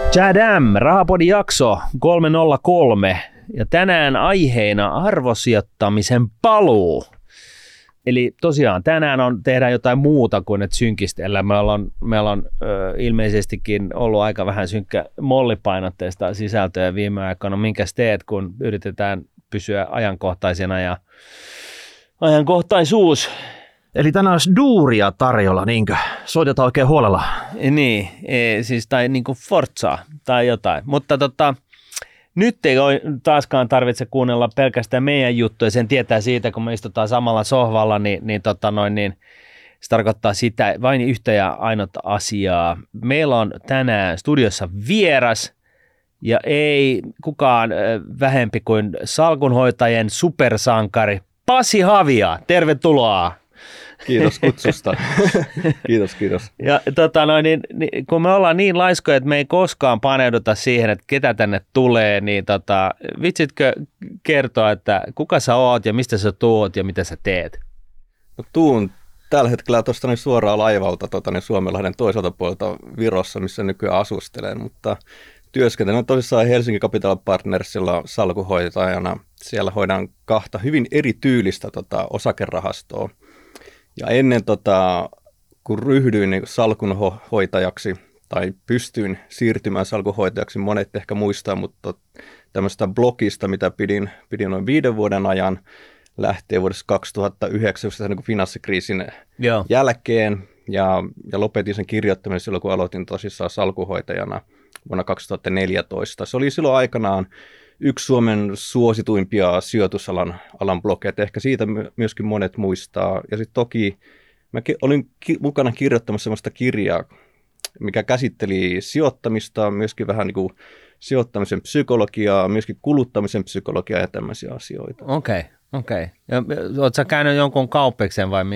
Tjadam, Rahapodin jakso 303 ja tänään aiheena arvosijoittamisen paluu. Eli tosiaan tänään tehdään jotain muuta kuin että synkistellään. Meillä on ilmeisestikin ollut aika vähän synkkä mollipainotteista sisältöä viime aikoina. Minkäs teet, kun yritetään pysyä ajankohtaisena ja ajankohtaisuus? Eli tänään olisi duuria tarjolla, niinkö? Soitetaan oikein huolella. Niin, siis tai niin kuin Forzaa tai jotain. Mutta nyt ei taaskaan tarvitse kuunnella pelkästään meidän juttuja. Sen tietää siitä, kun me istutaan samalla sohvalla, niin se tarkoittaa sitä vain yhtä ja ainutta asiaa. Meillä on tänään studiossa vieras ja ei kukaan vähempi kuin salkunhoitajien supersankari Pasi Havia. Tervetuloa. Kiitos kutsusta. Kiitos. Ja kun me ollaan niin laiskoja, että me ei koskaan paneuduta siihen, että ketä tänne tulee, niin vitsitkö kertoa, että kuka sä oot ja mistä sä tuut ja mitä sä teet? No, tuun tällä hetkellä tuosta suoraan laivalta Suomenlahden toiselta puolelta Virossa, missä nykyään asustelen, mutta työskentelen tosissaan Helsingin Capital Partnersilla salkunhoitajana. Siellä hoidan kahta hyvin erityylistä osakerahastoa. Ja ennen kun ryhdyin salkunhoitajaksi tai pystyin siirtymään salkunhoitajaksi, monet ehkä muistaa, mutta tämmöistä blogista, mitä pidin noin 5 vuoden ajan, lähtee vuodessa 2009 niin finanssikriisin jälkeen ja lopetin sen kirjoittamisen silloin, kun aloitin tosissaan salkunhoitajana vuonna 2014. Se oli silloin aikanaan yksi Suomen suosituimpia sijoitusalan blogeja, ehkä siitä myöskin monet muistaa. Ja sitten toki mä olin mukana kirjoittamassa sellaista kirjaa, mikä käsitteli sijoittamista, myöskin vähän niin kuin sijoittamisen psykologiaa, myöskin kuluttamisen psykologiaa ja tämmöisiä asioita. Okei. Ja ootko sä käynyt jonkun kauppiksen vai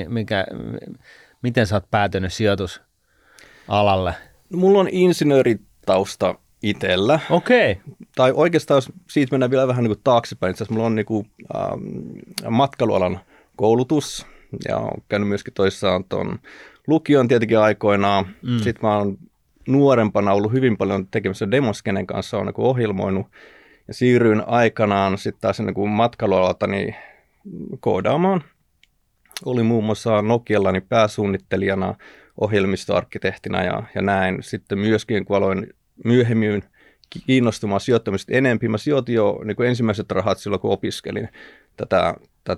miten sä oot päätynyt sijoitusalalle? Mulla on insinööritausta itsellä. Okei. Tai oikeastaan, jos siitä mennään vielä vähän niin kuin taaksepäin, itse asiassa mulla on niin kuin, matkailualan koulutus ja olen käynyt myöskin toissaan tuon lukion tietenkin aikoinaan. Sitten mä oon nuorempana ollut hyvin paljon tekemässä Demoskenen kanssa, olen niin kuin ohjelmoinut ja siirryin aikanaan sitten taas niin kuin matkailualalta niin koodaamaan. Olin muun muassa Nokialla niin pääsuunnittelijana, ohjelmistoarkkitehtina ja näin. Sitten myöskin, kun aloin myöhemmin kiinnostumaan sijoittamisesta enemmän. Mä sijoitin jo niin kuin ensimmäiset rahat silloin, kun opiskelin tätä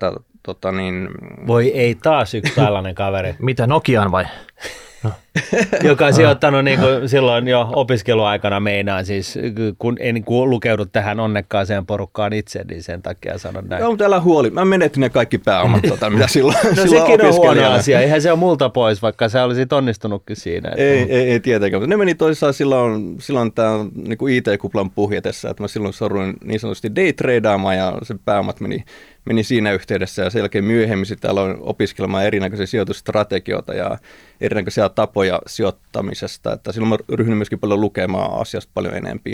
Voi ei taas yksi tällainen kaveri. Mitä, Nokiaan vai? No. Joka on sijoittanut niin kuin silloin jo opiskeluaikana meinaan, siis kun en lukeudu tähän onnekkaaseen porukkaan itse, niin sen takia sanon näin. Joo, mutta älä huoli. Mä menetin ne kaikki pääomat, mitä silloin sekin on huono asia. Eihän se ole multa pois, vaikka sä olisit onnistunutkin siinä. Ei tietenkään, mutta ne meni toisaalta silloin tämä niin kuin IT-kuplan puhjetessa, että mä silloin soruin niin sanotusti daytradaamaan ja se pääomat meni siinä yhteydessä ja sen jälkeen myöhemmin sitten aloin opiskelemaan erinäköisiä sijoitusstrategioita ja erinäköisiä tapoja sijoittamisesta, että silloin mä ryhdyin myöskin paljon lukemaan asiasta paljon enemmän.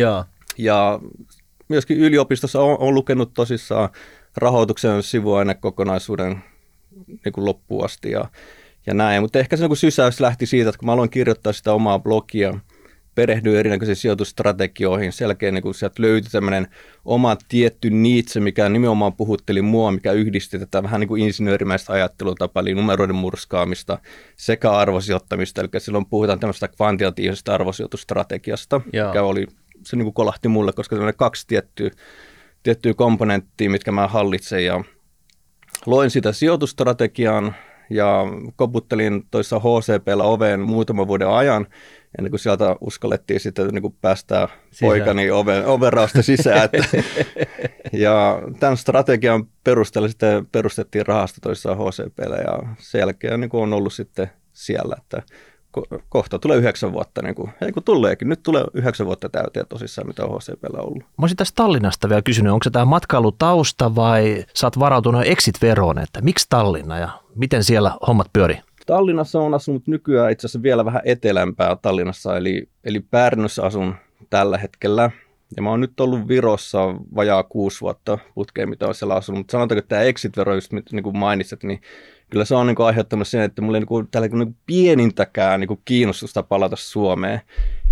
Ja myöskin yliopistossa olen lukenut tosissaan rahoituksen sivuainekokonaisuuden niin kuin loppuun asti ja näin, mutta ehkä se niin kuin sysäys lähti siitä, että kun mä aloin kirjoittaa sitä omaa blogia, perehdyin erinäköisiin sijoitustrategioihin. Sen jälkeen niin sieltä löytyi tämmöinen oma tietty niitse, mikä nimenomaan puhutteli mua, mikä yhdisti tätä vähän niin kuin insinöörimäistä ajattelutapaa, eli numeroiden murskaamista sekä arvosijoittamista. Eli silloin puhutaan tämmöistä kvantitatiivisesta arvosijoitustrategiasta, mikä oli, se niin kuin kolahti mulle, koska on 2 tiettyä komponenttia, mitkä mä hallitsen ja loin sitä sijoitustrategiaan ja koputtelin toissa HCP:llä oveen muutaman vuoden ajan, ennen kuin sieltä uskallettiin sitten niin kuin päästää poikani ovenraosta sisään. Ja tämän strategian perusteella sitten perustettiin rahasto toissaan HCP:llä ja sen jälkeen niin kuin on ollut sitten siellä, että kohta tulee 9 vuotta, niin kuin, ei kun tuleekin, nyt tulee 9 vuotta täyteen tosissaan, mitä on HCP:llä ollut. Mä olisin tästä Tallinnasta vielä kysynyt, onko se tämä matkailutausta vai sä oot varautunut exit-veroon, että miksi Tallinna ja miten siellä hommat pyörii? Tallinnassa on asunut nykyään itse asiassa vielä vähän etelämpää Tallinnassa, eli Pärnössä asun tällä hetkellä. Ja mä oon nyt ollut Virossa vajaa 6 vuotta putkeen, mitä on siellä asunut. Mutta sanotaanko, että tämä exit-vero, just niin kuin mainitsit, niin kyllä se on niin kuin aiheuttanut sen, että mulla ei niin kuin, täällä niin kuin pienintäkään niin kuin kiinnostusta palata Suomeen.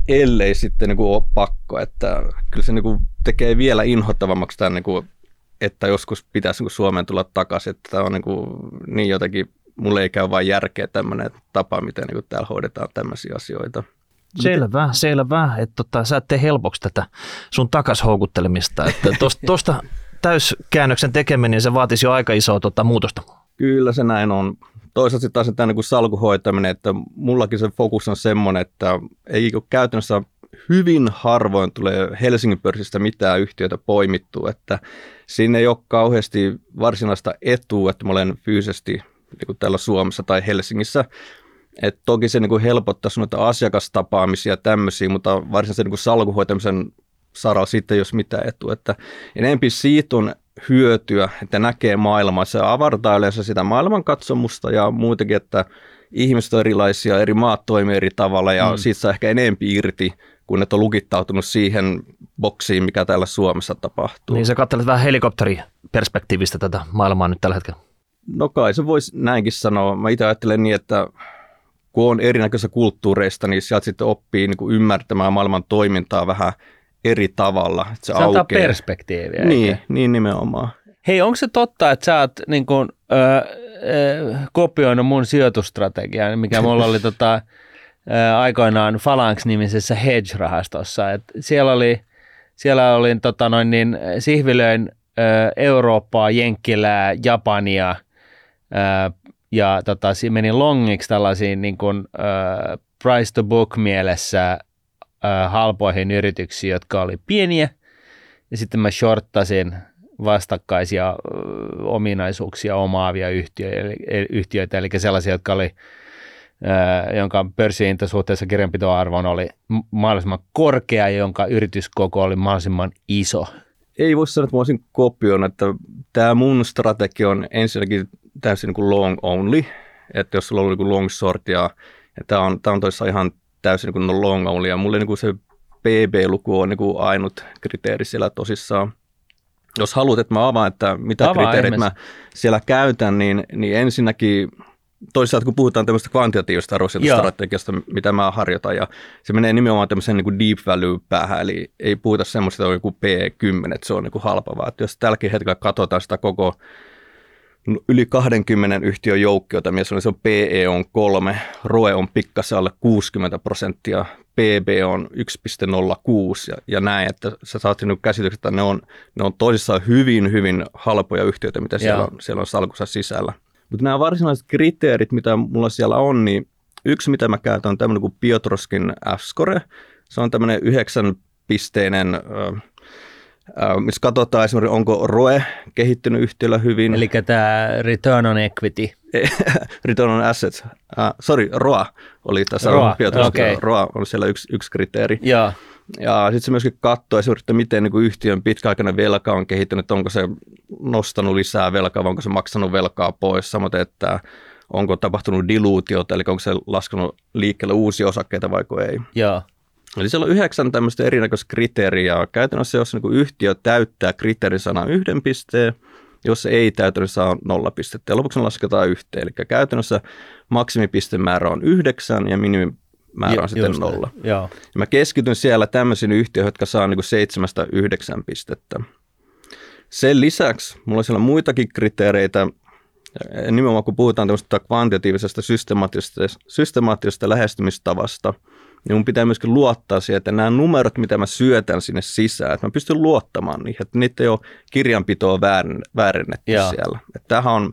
ellei sitten niin kuin ole pakko, että kyllä se niin kuin tekee vielä inhottavammaksi tämän, niin kuin, että joskus pitäisi niin kuin Suomeen tulla takaisin, että tämä on niin jotenkin, mulle ei käy vain järkeä tämmöinen tapa, miten niin kuin täällä hoidetaan tämmöisiä asioita. Selvä, että sä et tee helpoksi tätä sun takashoukuttelemista, että tuosta täyskäännöksen tekeminen, se vaatisi jo aika isoa muutosta. Kyllä se näin on. Toisaalta sitten taas tämä niin salkuhoitaminen, että mullakin se fokus on semmoinen, että ei käytännössä hyvin harvoin tulee Helsingin pörssistä mitään yhtiötä poimittua, että siinä ei ole kauheasti varsinaista etua, että mä olen fyysisesti niin kuin täällä Suomessa tai Helsingissä. Et toki se niin kuin helpottaisi noita asiakastapaamisia ja tämmöisiä, mutta varsinaisesti niin kuin salkuhoitamisen saralla sitten ei ole mitään etua. Että enemmän siitä on hyötyä, että näkee maailmaa. Se avartaa yleensä sitä maailmankatsomusta ja muutenkin, että ihmiset on erilaisia, eri maat toimii eri tavalla ja siitä saa ehkä enemmän irti, kun et on lukittautunut siihen boksiin, mikä täällä Suomessa tapahtuu. Niin sä katselet vähän helikopteriperspektiivistä tätä maailmaa nyt tällä hetkellä. No kai se voisi näinkin sanoa. Mä itse ajattelen niin, että kun on erinäköisissä kulttuureista, niin sieltä sitten oppii niin kuin ymmärtämään maailman toimintaa vähän eri tavalla. Se antaa perspektiiviä. Niin nimenomaan. Hei, onko se totta, että sä oot niin kuin, kopioinut mun sijoitustrategiaa, mikä mulla oli aikoinaan Phalanx-nimisessä hedge-rahastossa. Et siellä oli sihvilöin Eurooppaa, Jenkkilää, Japania ja menin longiksi tällaisiin niin kuin, price to book mielessä halpoihin yrityksiin, jotka oli pieniä, ja sitten mä shorttasin vastakkaisia ominaisuuksia omaavia yhtiöitä, eli sellaisia, jotka oli, jonka pörssihinta suhteessa kirjanpitoarvoon oli mahdollisimman korkea, ja jonka yrityskoko oli mahdollisimman iso. Ei voi sanoa, että mä olisin kopioinut, että tämä mun strategia on ensinnäkin täysin niin kuin long only, että jos sulla on niin kuin long short, ja tämä on toisaalta ihan täysin niin kuin long only, ja mulle niin kuin se PB-luku on niin kuin ainut kriteeri siellä tosissaan. Jos haluat, että mä avaan, että mitä kriteerit mä siellä käytän, niin ensinnäkin toisaalta kun puhutaan tämmöistä kvantitatiivista arvosijoitusstrategiasta, mitä mä harjoitan, ja se menee nimenomaan tämmöisen niin kuin deep value päähän, eli ei puhuta semmoista, että on joku P10, että se on niin kuin halpavaa. Että jos tälläkin hetkellä katsotaan sitä koko yli 20 yhtiön joukkiota, missä se on PE on 3, ROE on pikkasen alle 60%, PB on 1,06 ja näin, että sä saat sinun käsitykset, että ne on toisissaan hyvin, hyvin halpoja yhtiöitä, mitä siellä on salkussa sisällä. Mutta nämä varsinaiset kriteerit, mitä mulla siellä on, niin yksi, mitä mä käytän, on tämmöinen kuin Piotrowskin F-score. Se on tämmöinen 9-pisteinen, missä katsotaan esimerkiksi, onko ROE kehittynyt yhtiöllä hyvin. Eli tämä return on equity. Return on assets. ROA oli tässä. Okay. ROA on siellä yksi kriteeri. Ja sitten se myöskin katsoo esimerkiksi, että miten niin kuin yhtiön pitkäaikainen velka on kehittynyt, onko se nostanut lisää velkaa, vai onko se maksanut velkaa pois, samoin, että onko tapahtunut diluutiota, eli onko se laskenut liikkeelle uusia osakkeita vai ei. Ja. Eli siellä on 9 tämmöistä erinäköistä kriteeriä. Käytännössä jos niin kuin yhtiö täyttää kriteerisana 1 pisteen, jos se ei täytä, niin saa 0 pistettä. Ja lopuksi lasketaan yhteen. Eli käytännössä maksimipistemäärä on 9 ja minimimäärä on sitten 0. Ja mä keskityn siellä tämmöisiin yhtiöihin, jotka saa niin kuin 7-9 pistettä. Sen lisäksi mulla on siellä muitakin kriteereitä. Nimenomaan kun puhutaan tämmöistä kvantitatiivisesta systemaattisesta lähestymistavasta, niin mun pitää myöskin luottaa siihen, että nämä numerot, mitä mä syötän sinne sisään, että mä pystyn luottamaan niihin, että niitä ei ole kirjanpitoa väärennetty siellä. Että tämähän on,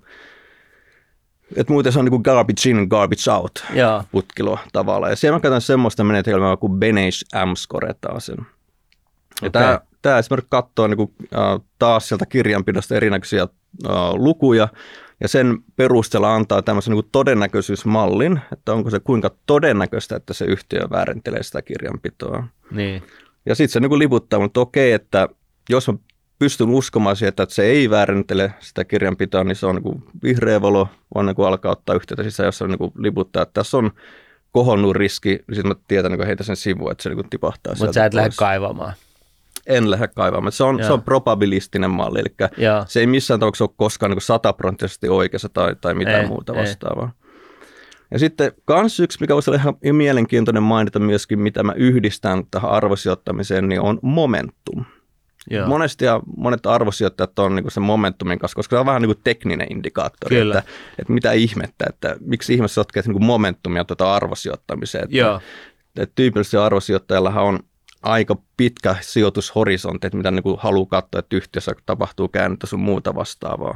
että muuten se on niin kuin garbage in, garbage out putkilo tavallaan. Ja siellä mä käytän semmoista menetelmää kuin Benage M-score taasen. Okay. Tämä esimerkiksi katsoo niin kuin, taas sieltä kirjanpidosta erinäköisiä lukuja, ja sen perusteella antaa tämmöisen niin kuin todennäköisyysmallin, että onko se kuinka todennäköistä, että se yhtiö väärentelee sitä kirjanpitoa. Niin. Ja sitten se niin kuin liputtaa, mutta okei, että jos mä pystyn uskomaan siihen, että se ei väärentele sitä kirjanpitoa, niin se on niin kuin vihreä valo, vaan niin kuin alkaa ottaa yhteyttä sisään, jos se niin kuin liputtaa, että tässä on kohonnut riski, niin sitten mä tiedän, niin heitä sen sivuun, että se niin kuin tipahtaa. Mutta sä et lähde kaivamaan. En lähde kaivamaan. Se on probabilistinen malli, eli se ei missään tapauksessa ole koskaan niin 100% oikeassa tai mitään muuta vastaavaa. Ja sitten kans yksi, mikä voisi olla ihan mielenkiintoinen mainita myöskin, mitä mä yhdistän tähän arvosijoittamiseen, niin on momentum. Joo. Monet arvosijoittajat on niin kuin sen momentumin kanssa, koska se on vähän niin kuin tekninen indikaattori, että mitä ihmettä, että miksi ihmiset sotkee niin kuin momentumia arvosijoittamiseen. Että tyypillisesti arvosijoittajallahan on aika pitkä sijoitushorisontti, että mitä niin kuin haluaa katsoa, että yhtiössä tapahtuu käännettä sun muuta vastaavaa.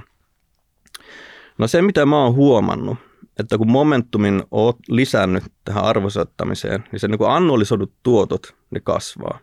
No se, mitä mä oon huomannut, että kun momentumin oot lisännyt tähän arvosijoittamiseen, niin se niin kuin annualisoidut tuotot, ne kasvaa.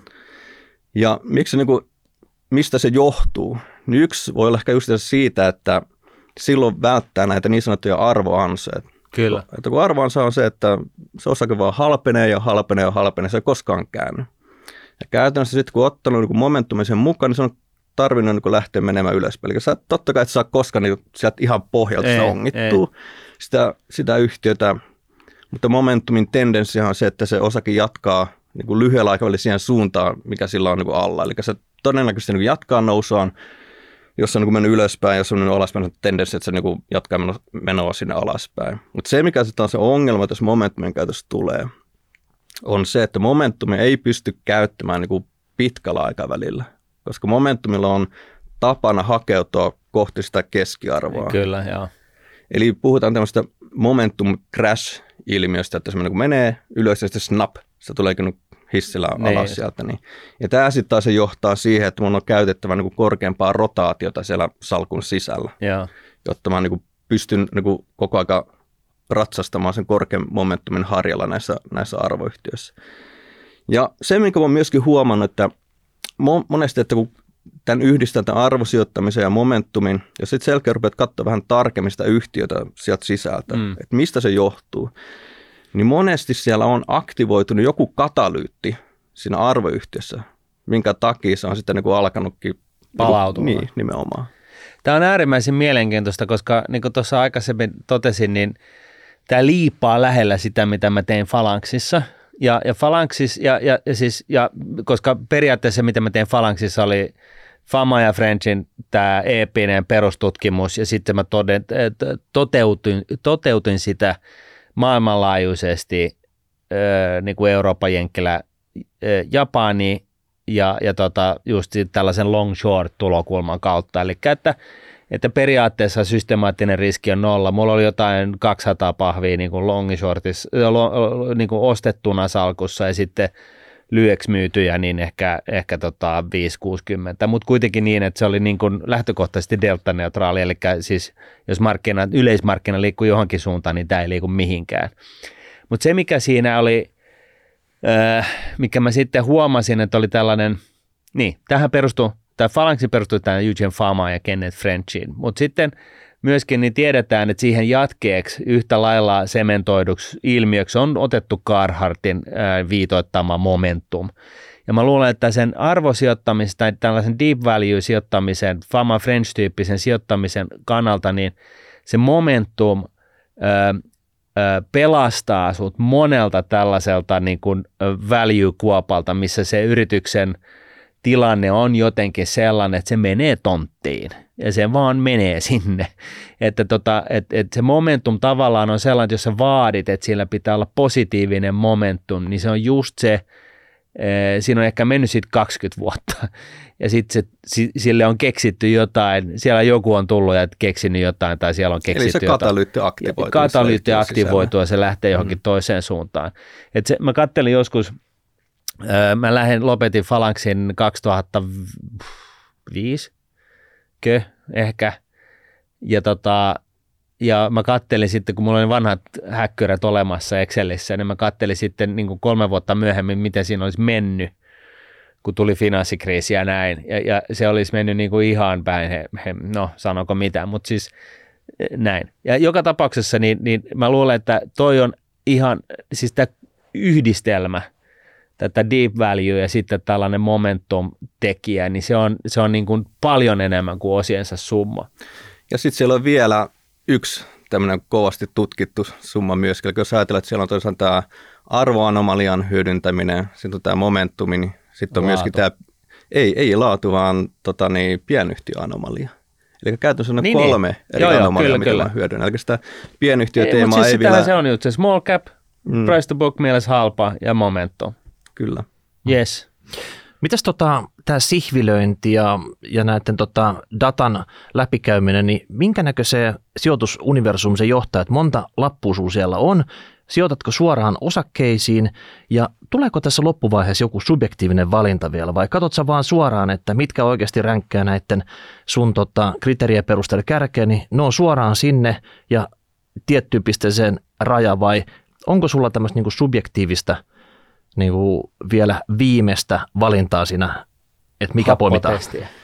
Ja mistä se johtuu? Niin yksi voi olla ehkä just siitä, että silloin välttää näitä niin sanottuja arvoansoja. Kyllä. Että kun arvoansa on se, että se osake vaan halpenee ja halpenee ja halpenee, se ei koskaan käänny. Ja käytännössä sitten kun on ottanut niin momentumisen mukaan, niin se on tarvinnut niin lähteä menemään ylöspäin. Eli sä totta kai et saa koskaan niin sieltä ihan pohjalta ongittua sitä yhtiötä, mutta momentumin tendenssi on se, että se osake jatkaa niin kuin lyhyellä aikavälillä siihen suuntaan, mikä sillä on niin kuin alla. Eli se todennäköisesti niin kuin jatkaa nousuaan, jos on niin kuin mennyt ylöspäin, jos on mennyt alaspäin, on tendenssi, että se niin kuin jatkaa menoa sinne alaspäin. Mutta se, mikä sitten on se ongelma, jos momentumin käytössä tulee, on se, että momentumia ei pysty käyttämään niin kuin pitkällä aikavälillä, koska momentumilla on tapana hakeutua kohti sitä keskiarvoa. Kyllä, joo. Eli puhutaan tämmöistä momentum crash-ilmiöstä, että se niin kuin menee ylös ja sitten snap, se tuleekin hissillä alas sieltä. Niin. Ja tämä sitten taas johtaa siihen, että mun on käytettävä niin kuin korkeampaa rotaatiota siellä salkun sisällä, jotta mä niin kuin pystyn niin kuin koko ajan ratsastamaan sen korkean momentumin harjalla näissä arvoyhtiöissä. Ja se, minkä olen myöskin huomannut, että monesti, että kun tämän yhdistää tämän arvosijoittamisen ja momentumin, jos sitten selkeä rupeat katsoa vähän tarkemmin sitä yhtiötä sieltä sisältä, että mistä se johtuu, niin monesti siellä on aktivoitunut joku katalyytti siinä arvoyhtiössä, minkä takia se on sitten niin kuin alkanutkin palautumaan. Niin, nimenomaan. Tämä on äärimmäisen mielenkiintoista, koska niin kuin tuossa aikaisemmin totesin, niin tämä liipaa lähellä sitä, mitä mä tein Phalanxissa. Ja Phalanxissa, ja koska periaatteessa mitä mä tein Phalanxissa oli Fama ja Frenchin tämä eeppinen perustutkimus, ja sitten mä toteutin sitä maailmanlaajuisesti niin kuin Eurooppa, Jenkkilä, Japani ja just tällaisen long short tulokulman kautta. Eli että periaatteessa systemaattinen riski on 0. Mulla oli jotain 200 pahvia niin kuin long shortissa, niin kuin ostettuna salkussa ja sitten lyhyeksi myytyjä niin ehkä 5-60, mutta kuitenkin niin, että se oli niin kuin lähtökohtaisesti delta-neutraali, eli siis jos yleismarkkina liikkuu johonkin suuntaan, niin tämä ei liiku mihinkään. Mutta se, mikä siinä oli, mikä mä sitten huomasin, että oli tällainen, niin tähän perustui, tämä Phalanxi perustui tähän Eugene Famaan ja Kenneth Frenchiin, mutta sitten myöskin niin tiedetään, että siihen jatkeeksi yhtä lailla sementoiduksi ilmiöksi on otettu Carhartin viitoittama momentum. Ja mä luulen, että sen arvosijoittamisen tai tällaisen deep value-sijoittamisen, Fama French-tyyppisen sijoittamisen kannalta, niin se momentum pelastaa sut monelta tällaiselta niin kuin value-kuopalta, missä se yrityksen tilanne on jotenkin sellainen, että se menee tonttiin ja se vaan menee sinne. Että se momentum tavallaan on sellainen, että jos sä vaadit, että sillä pitää olla positiivinen momentum, niin se on just se, siinä on ehkä mennyt sitten 20 vuotta ja sitten sille on keksitty jotain, siellä joku on tullut ja keksinyt jotain tai siellä on keksitty jotain. Eli se katalyytti aktivoituu. Katalyytti aktivoituu ja se lähtee johonkin toiseen suuntaan. Mä kattelin joskus, mä lopetin Phalanxin 2005, ehkä, ja mä kattelin sitten, kun mulla oli vanhat häkkyrät olemassa Excelissä, niin mä kattelin sitten niin kuin 3 vuotta myöhemmin, miten siinä olisi mennyt, kun tuli finanssikriisi ja näin, ja se olisi mennyt niin kuin ihan päin, no sanoko mitään, mutta siis näin. Ja joka tapauksessa, niin mä luulen, että toi on ihan, siis tämä yhdistelmä, tätä deep value ja sitten tällainen momentum-tekijä, niin se on niin kuin paljon enemmän kuin osiensa summa. Ja sitten siellä on vielä yksi tämmöinen kovasti tutkittu summa myöskin. Eli jos ajatellaan, että siellä on toisaalta tämä arvoanomalian hyödyntäminen, sitten on tämä momentumi, niin sitten on myöskin tämä, ei laatu, vaan pienyhtiöanomalia. Eli käytännössä on niin, 3 eri anomaliaa, mitä mä hyödynnän. Eli sitä pienyhtiöteemaa siis ei vielä... se on just se small cap, price to book mielessä halpa ja momentum. Kyllä. Yes. Mitäs tämä sihvilöinti ja näiden datan läpikäyminen, niin minkä näköiseen sijoitusuniversumiin se johtaa, että monta lappua sulla siellä on, sijoitatko suoraan osakkeisiin ja tuleeko tässä loppuvaiheessa joku subjektiivinen valinta vielä vai katsot sä vaan suoraan, että mitkä oikeasti ränkkää näiden sun kriteerien perusteella kärkeen, niin ne on suoraan sinne ja tiettyyn pisteeseen raja vai onko sulla tämmöistä niinku subjektiivista niinku vielä viimeistä valintaa siinä, että mikä poimitaan?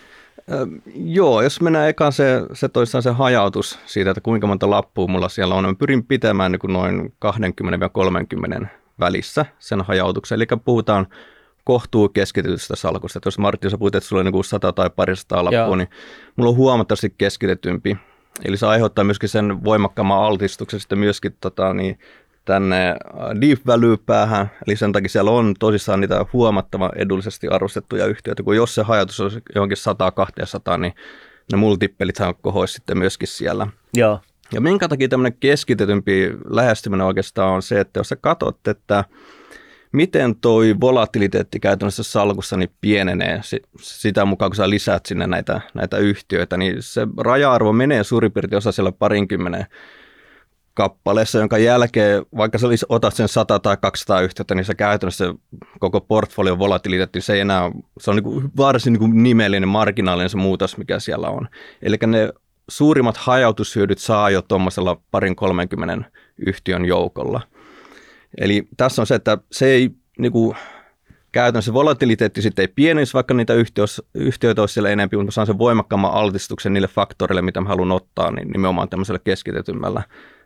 Joo, jos mennään ekaan se toistaan se hajautus siitä, että kuinka monta lappua mulla siellä on, mä pyrin pitämään niin kuin noin 20-30 välissä sen hajautuksen, eli puhutaan kohtuu keskitetystä salkusta. Että jos Martti, sä puhuit, että sulla on niin 100 tai 200 lappua, niin mulla on huomattavasti keskitetympi, eli se aiheuttaa myöskin sen voimakkaamman altistuksen sitten myöskin tänne deep value-päähän, eli sen takia siellä on tosissaan niitä huomattavan edullisesti arvostettuja yhtiöitä, kun jos se hajatus on johonkin 100-200, niin ne multippelithan kohoisi sitten myöskin siellä. Joo. Ja minkä takia tämmöinen keskitetympi lähestyminen oikeastaan on se, että jos sä katsot, että miten toi volatiliteetti käytännössä salkussa niin pienenee sitä mukaan, kun sä lisäät sinne näitä yhtiöitä, niin se raja-arvo menee suurin piirtein osa siellä 20 kappaleessa, jonka jälkeen, vaikka sä otat sen 100 tai 200 yhtiötä, niin se käytännössä koko portfolion volatiliteetti, se on niin varsin niin nimellinen, marginaalinen se muutos, mikä siellä on. Eli ne suurimmat hajautushyödyt saa jo tuommoisella 20-30 yhtiön joukolla. Eli tässä on se, että se ei niin kuin, käytännössä volatiliteetti sitten ei pienisi, vaikka niitä yhtiöitä olisi siellä enemmän, mutta mä saan sen voimakkaamman altistuksen niille faktoreille, mitä mä haluan ottaa, niin nimenomaan tämmöisellä keskitetymmällä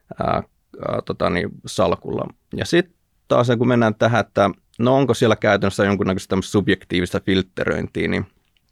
salkulla. Ja sitten taas kun mennään tähän, että no onko siellä käytännössä jonkunnäköistä tämmöistä subjektiivista filtteröintiä, niin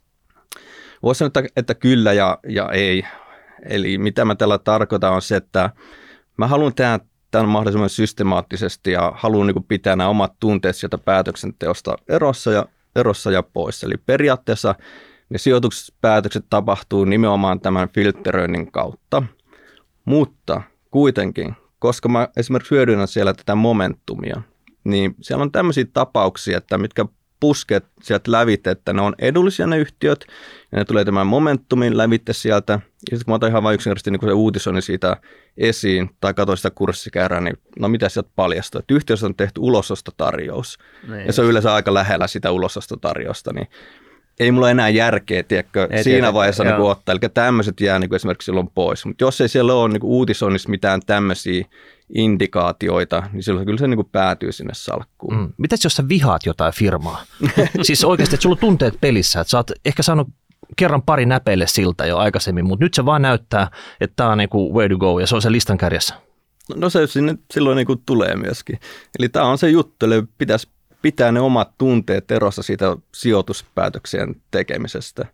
voisi sanoa, että kyllä ja ei. Eli mitä mä tällä tarkoitan on se, että mä haluan tehdä tämän mahdollisimman systemaattisesti ja haluan niin kuin pitää nämä omat tunteet sieltä päätöksenteosta erossa ja pois. Eli periaatteessa ne sijoituspäätökset tapahtuu nimenomaan tämän filtteröinnin kautta, mutta kuitenkin, koska mä esimerkiksi hyödynnän siellä tätä momentumia, niin siellä on tämmöisiä tapauksia, että mitkä pusket sieltä lävitse, että ne on edullisia ne yhtiöt, ja ne tulee tämän momentumin lävitse sieltä, ja sitten kun mä otan ihan vain yksinkertaisesti niin se uutisoinnin siitä esiin, tai katsoin sitä kurssikäärää, niin no mitä sieltä paljastuu, että yhtiössä on tehty ulosostotarjous, ja se on yleensä aika lähellä sitä ulosostotarjousta, niin ei mulla enää järkeä, tiedätkö, siinä vaiheessa niin ottaa, eli tämmöiset jää niin esimerkiksi silloin pois, mutta jos ei siellä ole niin uutisoinnissa mitään tämmöisiä indikaatioita, niin silloin kyllä se niin päätyy sinne salkkuun. Mitäs jos sä vihaat jotain firmaa? Siis oikeasti, että sulla on tunteet pelissä, että sä oot ehkä saanut kerran pari näpeille siltä jo aikaisemmin, mutta nyt se vaan näyttää, että tää on niin kuin where to go ja se on se listan kärjessä. No se sinne silloin niin kuin tulee myöskin. Eli tää on se juttu, eli pitäisi pitää ne omat tunteet erossa siitä sijoituspäätöksien tekemisestä.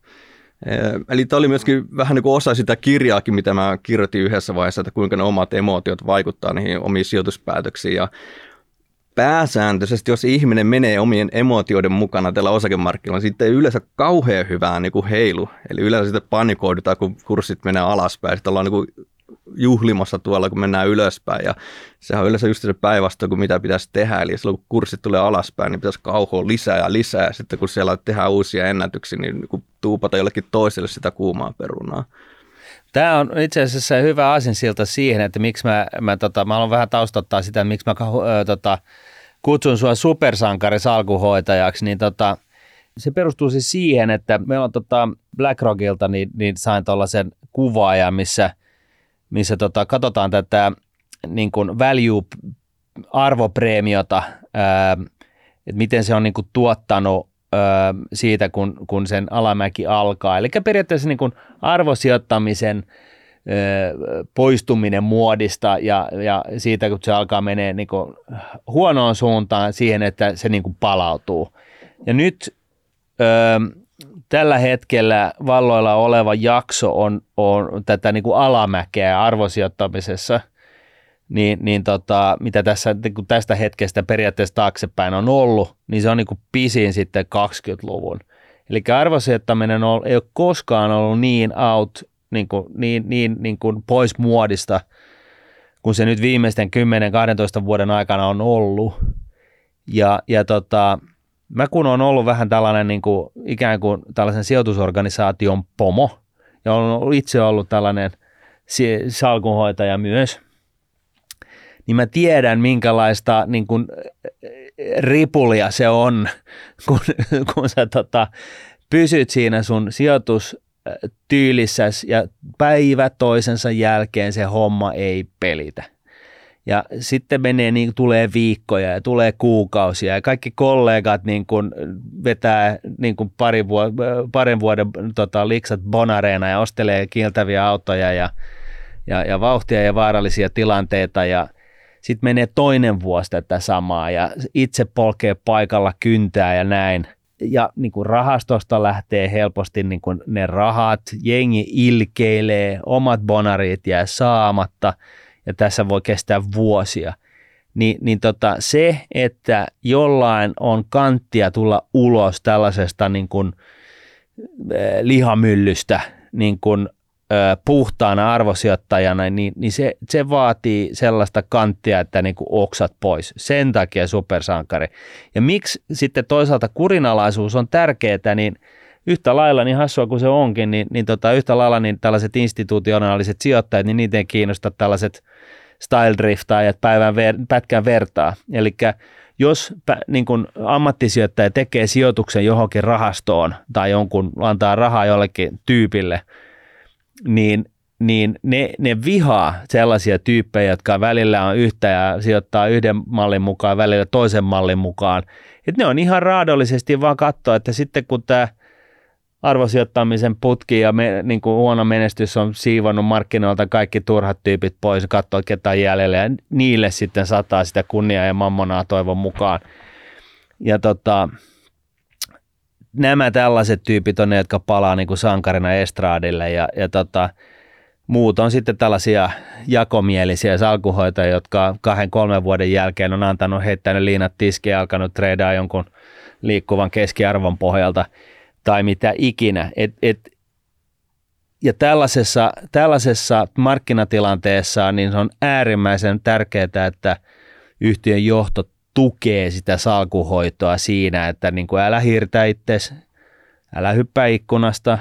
Eli tämä oli myöskin vähän niin kuin osa sitä kirjaakin, mitä mä kirjoitin yhdessä vaiheessa, että kuinka ne omat emootiot vaikuttaa niihin omiin sijoituspäätöksiin. Ja pääsääntöisesti, jos ihminen menee omien emootioiden mukana tällä osakemarkkinoilla, niin siitä ei yleensä kauhean hyvää niin kuin heilu. Eli yleensä sitten panikoidutaan, kun kurssit menee alaspäin. Sitten ollaan niin kuin juhlimassa tuolla, kun mennään ylöspäin. Ja sehän on yleensä just se päinvastoin, kuin mitä pitäisi tehdä. Eli silloin, kun kurssit tulee alaspäin, niin pitäisi kauhoa lisää ja lisää. Ja sitten kun siellä tehdään uusia ennätyksiä, niin tuupata jollekin toiselle sitä kuumaa perunaa. Tämä on itse asiassa hyvä aasinsilta siihen, että miksi mä haluan vähän taustottaa sitä, miksi mä kutsun sua supersankari salkuhoitajaksi, niin se perustuu siis siihen, että meillä on BlackRockilta niin sain tuollaisen kuvaajan, missä katsotaan tätä niin kuin value-arvopreemiota, että miten se on niin kuin tuottanut siitä, kun sen alamäki alkaa. Eli periaatteessa niin kuin arvosijoittamisen poistuminen muodista ja siitä, kun se alkaa menee niin kuin huonoon suuntaan siihen, että se niin kuin palautuu. Ja nyt tällä hetkellä valloilla oleva jakso on tätä niin kuin alamäkeä arvosijoittamisessa, mitä tässä niin tästä hetkestä periaatteessa taaksepäin on ollut, niin se on niin kuin pisin sitten 20-luvun. Eli arvosijoittaminen ei ole koskaan ollut niin out niin kuin pois muodista, kun se nyt viimeisten 10-12 vuoden aikana on ollut. Ja mä kun on ollut vähän tällainen niin kuin, ikään kuin tällaisen sijoitusorganisaation pomo, ja olen itse ollut tällainen salkunhoitaja myös, niin mä tiedän, minkälaista niin kuin, ripulia se on, kun sä pysyt siinä sun sijoitustyylissäsi ja päivä toisensa jälkeen se homma ei pelitä. Ja sitten tulee viikkoja ja tulee kuukausia ja kaikki kollegat niin kun vetää niin kun parin vuoden liksat bonareena ja ostelee kiiltäviä autoja ja vauhtia ja vaarallisia tilanteita ja sitten menee toinen vuosi tätä samaa ja itse polkee paikalla, kyntää ja näin. Ja niin kuin rahastosta lähtee helposti niin kuin ne rahat, jengi ilkeilee, omat bonarit jää saamatta ja tässä voi kestää vuosia. Se, että jollain on kanttia tulla ulos tällaisesta niin kuin lihamyllystä niin kuin puhtaana arvosijoittajana, niin se vaatii sellaista kanttia, että niin kuin oksat pois. Sen takia supersankari. Ja miksi sitten toisaalta kurinalaisuus on tärkeää, niin yhtä lailla, niin hassua kuin se onkin, yhtä lailla niin tällaiset institutionaaliset sijoittajat, niin niitä ei kiinnosta tällaiset style driftaajat pätkän vertaa. Eli jos niin kuin ammattisijoittaja tekee sijoituksen johonkin rahastoon tai antaa rahaa jollekin tyypille, niin ne vihaa sellaisia tyyppejä, jotka välillä on yhtä ja sijoittaa yhden mallin mukaan, välillä toisen mallin mukaan. Että ne on ihan raadollisesti vaan katsoa, että sitten kun tämä arvosijoittamisen putki ja niin kuin huono menestys on siivonnut markkinoilta kaikki turhat tyypit pois, katsoo ketä on jäljellä ja niille sitten sataa sitä kunniaa ja mammonaa toivon mukaan. Ja nämä tällaiset tyypit on ne, jotka palaa niin kuin sankarina estraadille ja muut on sitten tällaisia jakomielisiä salkuhoitajia, jotka 2-3 vuoden jälkeen on heittänyt liinat tiskiin ja alkanut treidaa jonkun liikkuvan keskiarvon pohjalta tai mitä ikinä. Ja tällaisessa markkinatilanteessa niin se on äärimmäisen tärkeää, että yhtiön johto tukee sitä salkuhoitoa siinä, että niin kuin älä hirtä itsesi, älä hyppää ikkunasta,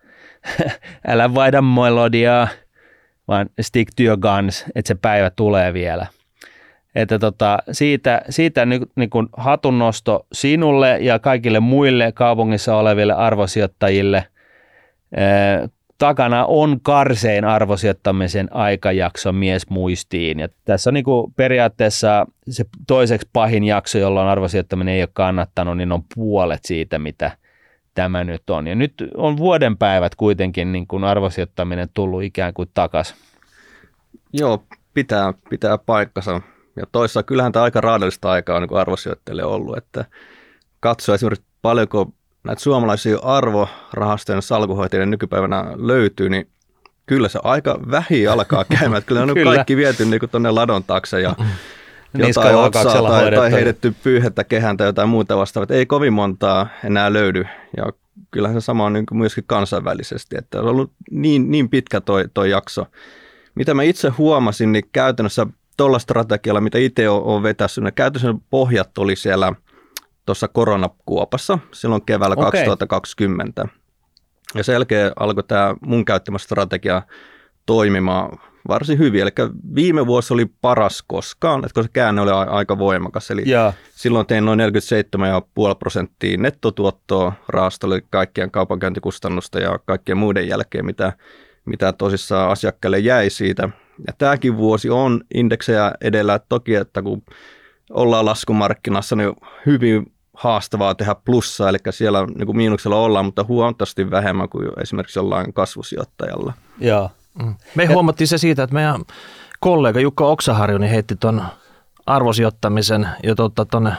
älä vaihda melodiaa, vaan stick to your guns, että se päivä tulee vielä. Että siitä niin kuin hatunnosto sinulle ja kaikille muille kaupungissa oleville arvosijoittajille. Takana on karsein arvosijoittamisen aikajakso miesmuistiin. Ja tässä on niin kuin periaatteessa se toiseksi pahin jakso, jolloin arvosijoittaminen ei ole kannattanut, niin on puolet siitä, mitä tämä nyt on. Ja nyt on vuoden päivät kuitenkin niin kuin arvosijoittaminen tullut ikään kuin takaisin. Joo, pitää paikkansa. Ja toisaalta kyllähän tämä aika raadollista aikaa on niin arvosijoittajille ollut, että katsoa esimerkiksi paljonko näitä suomalaisia arvorahastojen salkuhoitajia nykypäivänä löytyy, niin kyllä se aika vähin alkaa käymään. Että kyllä ne on kaikki viety niin tuonne ladon taakse ja jotain otsaa tai heitetty pyyhettä kehään tai jotain muuta vastaavaa. Ei kovin montaa enää löydy ja kyllähän se sama on niin myöskin kansainvälisesti, että on ollut niin pitkä toi jakso. Mitä mä itse huomasin, niin käytännössä tuolla strategialla, mitä itse olen vetässyt, niin käytännössä pohjat oli siellä tuossa koronakuopassa silloin keväällä 2020. Ja sen jälkeen alkoi tämä mun käyttämä strategia toimimaan varsin hyvin. Eli viime vuosi oli paras koskaan, että kun se käänne oli aika voimakas. Eli silloin tein noin 47,5% nettotuottoa rahastolle kaikkien kaupankäyntikustannusta ja kaikkien muiden jälkeen, mitä tosissaan asiakkaille jäi siitä. Ja tämäkin vuosi on indeksejä edellä. Toki, että kun ollaan laskumarkkinassa, niin hyvin haastavaa tehdä plussaa, eli siellä niin kuin miinuksella ollaan, mutta huomattavasti vähemmän kuin esimerkiksi jollain kasvusijoittajalla. Joo. Me huomattiin se siitä, että meidän kollega Jukka Oksaharju niin heitti tuon arvosijoittamisen jo tuonne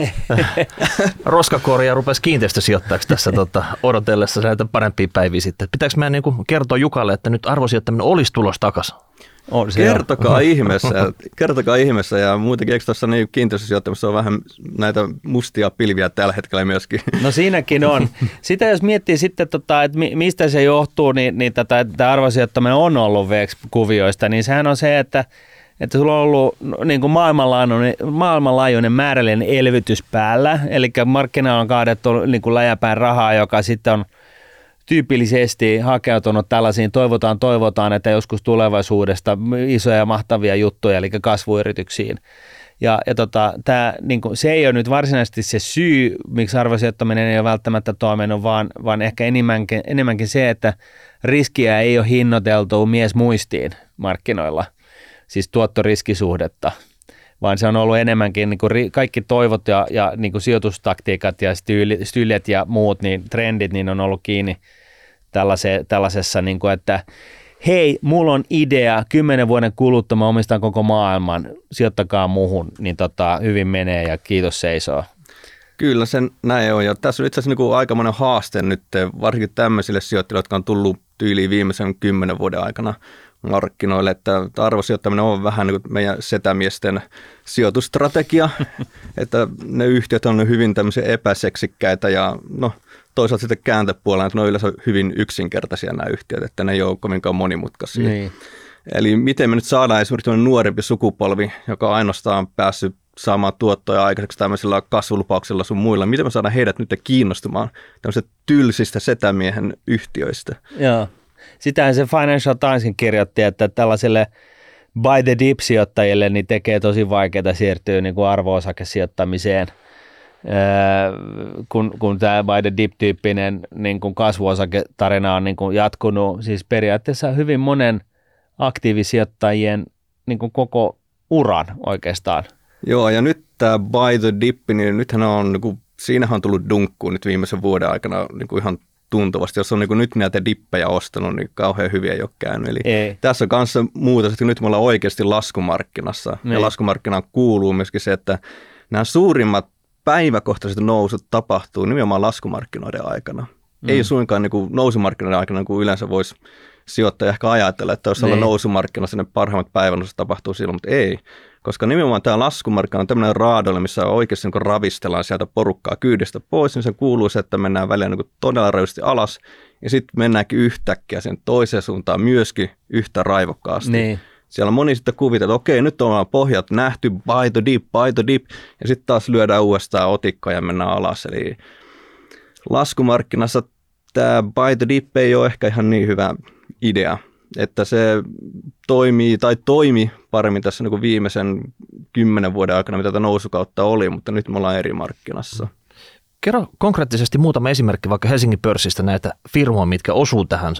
roskakoria ja rupesi kiinteistösijoittajaksi tässä odotellessa näitä parempia päiviä sitten. Pitääkö meidän niin kertoa Jukalle, että nyt arvosijoittaminen olisi tulossa takaisin? Kertokaa ihmeessä ja muutenkin, eikö tuossa niin kiinteistösijoittamassa on vähän näitä mustia pilviä tällä hetkellä myöskin? No siinäkin on. Sitä jos miettii sitten, että mistä se johtuu, niin tämä arvosijoittaminen on ollut VEX-kuvioista, niin sehän on se, että sulla on ollut niin kuin maailmanlaajuinen määrällinen elvytys päällä, eli markkinoilla on kaadettu niin kuin läjäpäin rahaa, joka sitten on tyypillisesti hakeutunut tällaisiin toivotaan, että joskus tulevaisuudesta isoja mahtavia juttuja, eli kasvuyrityksiin. Ja tämä, niin kuin, se ei ole nyt varsinaisesti se syy, miksi arvosijoittaminen ei ole välttämättä toiminut, vaan ehkä enemmänkin se, että riskiä ei ole hinnoiteltu miesmuistiin markkinoilla, siis tuottoriskisuhdetta, vaan se on ollut enemmänkin niin kuin kaikki toivot ja niin kuin sijoitustaktiikat ja stylet ja muut, niin trendit, niin on ollut kiinni tällaisessa, niin kuin, että hei, mulla on idea, 10 vuoden kuluttua mä omistan koko maailman, sijoittakaa muuhun, niin hyvin menee ja kiitos seisoo. Kyllä sen näin on, ja tässä on itse asiassa niin aikamoinen haaste nyt, varsinkin tämmöisille sijoittajille, jotka on tullut tyyliin viimeisen 10 vuoden aikana markkinoille, että arvosijoittaminen on vähän niin kuin meidän setämiesten sijoitusstrategia, että ne yhtiöt on hyvin tämmöisiä epäseksikkäitä ja no toisaalta sitten kääntöpuolella, että ne on yleensä hyvin yksinkertaisia nämä yhtiöt, että ne ei ole kovinkaan monimutkaisia. Niin. Eli miten me nyt saadaan esimerkiksi nuorempi sukupolvi, joka on ainoastaan päässyt saamaan tuottoja aikaiseksi tämmöisillä kasvulupauksilla sun muilla, miten me saadaan heidät nyt kiinnostumaan tämmöisistä tylsistä setämiehen yhtiöistä? Joo. Sitähän se Financial Timeskin kirjoitti, että tällaisille buy the dip-sijoittajille niin tekee tosi vaikeaa siirtyä niin kuin arvo-osakesijoittamiseen, kun tämä buy the dip-tyyppinen niin kuin kasvuosaketarina on niin kuin jatkunut, siis periaatteessa hyvin monen aktiivisijoittajien niin kuin koko uran oikeastaan. Joo, ja nyt tämä buy the dip, niin nythän on, niin kuin, siinähän on tullut dunkkuun nyt viimeisen vuoden aikana niin kuin ihan tuntuvasti. Jos on niin kuin nyt näitä dippejä ostanut, niin kauhean hyviä ei ole käynyt. Eli tässä on kanssa muutos, että nyt me ollaan oikeasti laskumarkkinassa. Niin. Ja laskumarkkinaan kuuluu myöskin se, että nämä suurimmat päiväkohtaiset nousut tapahtuu nimenomaan laskumarkkinoiden aikana. Ei suinkaan niin kuin nousumarkkinoiden aikana, kun yleensä voisi sijoittaja ehkä ajatella, että jos ollaan nousumarkkinassa, ne parhaimmat päivännosat tapahtuu silloin, mutta ei. Koska nimenomaan tämä laskumarkkina on tämmöinen raadolle, missä oikeasti niin ravistellaan sieltä porukkaa kyydistä pois, niin se kuuluu se, että mennään välillä niin todella rajusti alas, ja sitten mennäänkin yhtäkkiä sen toiseen suuntaan myöskin yhtä raivokkaasti. Niin. Siellä on moni sitten kuvitella, että okei, nyt ollaan pohjat nähty, buy the dip, ja sitten taas lyödään uudestaan otikkoja ja mennään alas. Eli laskumarkkinassa tämä buy the dip ei ole ehkä ihan niin hyvä idea, että se toimi paremmin tässä niin kuin viimeisen 10 vuoden aikana, mitä tätä nousukautta oli, mutta nyt me ollaan eri markkinassa. Kerro konkreettisesti muutama esimerkki vaikka Helsingin pörssistä näitä firmoja, mitkä osuu tähän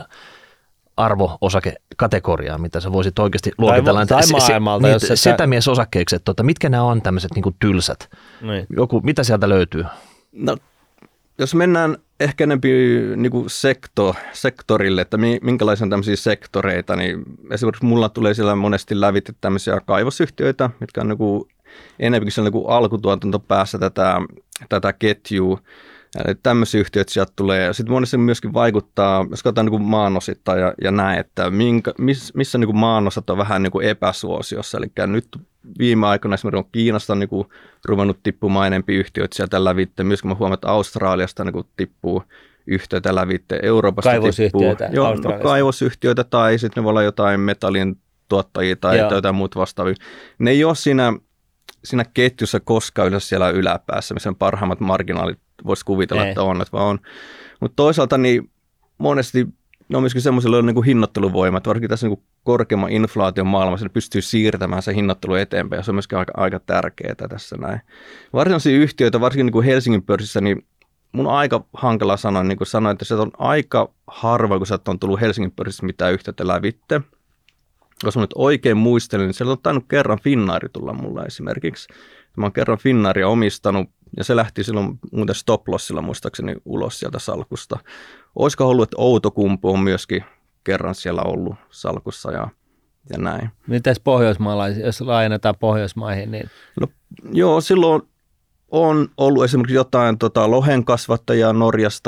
arvo-osakekategoriaan, mitä sä voisit oikeasti luokitella. Tai maailmalta. Setämiesosakkeiksi, että mitkä nämä on tämmöiset niin kuin tylsät? Niin. Mitä sieltä löytyy? No, jos mennään ehkä enemmän niin kuin sektorille, että minkälaisia tämmöisiä sektoreita, niin esimerkiksi mulla tulee siellä monesti lävitse tämmöisiä kaivosyhtiöitä, mitkä on niin kuin enemmänkin siellä niin kuin alkutuotantopäässä tätä ketjua. Eli tämmöisiä yhtiöitä sieltä tulee. Ja sitten monesti myöskin vaikuttaa, jos katsotaan niin kuin maanosittain ja näin, että missä niin kuin maanosat on vähän niin kuin epäsuosiossa. Eli nyt viime aikoina esimerkiksi on Kiinasta niin kuin ruvennut tippumaan enemmän yhtiöitä sieltä lävitse. Myöskin mä huomaan, että Australiasta niin kuin tippuu yhtiöitä lävitse. Euroopasta kaivosyhtiöitä, tippuu kaivosyhtiöitä tai sitten ne voi olla jotain metallin tuottajia tai jotain muuta vastaavia. Ne ei ole siinä ketjussa koskaan yleensä siellä yläpäässä, missä on parhaimmat marginaalit voisi kuvitella, että on. Mutta toisaalta niin monesti ne on myöskin semmoisilla niin kuin hinnoitteluvoimat, varsinkin tässä niin kuin korkeamman inflaation maailmassa, ne pystyy siirtämään se hinnoittelu eteenpäin, ja se on myöskin aika tärkeää tässä näin. Varsinaisia yhtiöitä, varsinkin niin kuin Helsingin pörssissä, niin mun on aika hankala sanoa, niin kuin sanoin, että se on aika harvoin, kun sieltä on tullut Helsingin pörssissä mitään yhtiötä lävitte. Jos mä nyt oikein muistelen, niin sieltä on tainnut kerran Finnair tulla mulla esimerkiksi. Mä oon kerran Finnairia omistanut, ja se lähti silloin muuten stop-lossilla muistaakseni ulos sieltä salkusta. Olisiko ollut, että Outokumpu on myöskin kerran siellä ollut salkussa ja näin. Mitäs pohjoismaalaisia, jos laajennetaan Pohjoismaihin? Niin... No, joo, silloin on ollut esimerkiksi jotain lohen kasvattajaa Norjasta,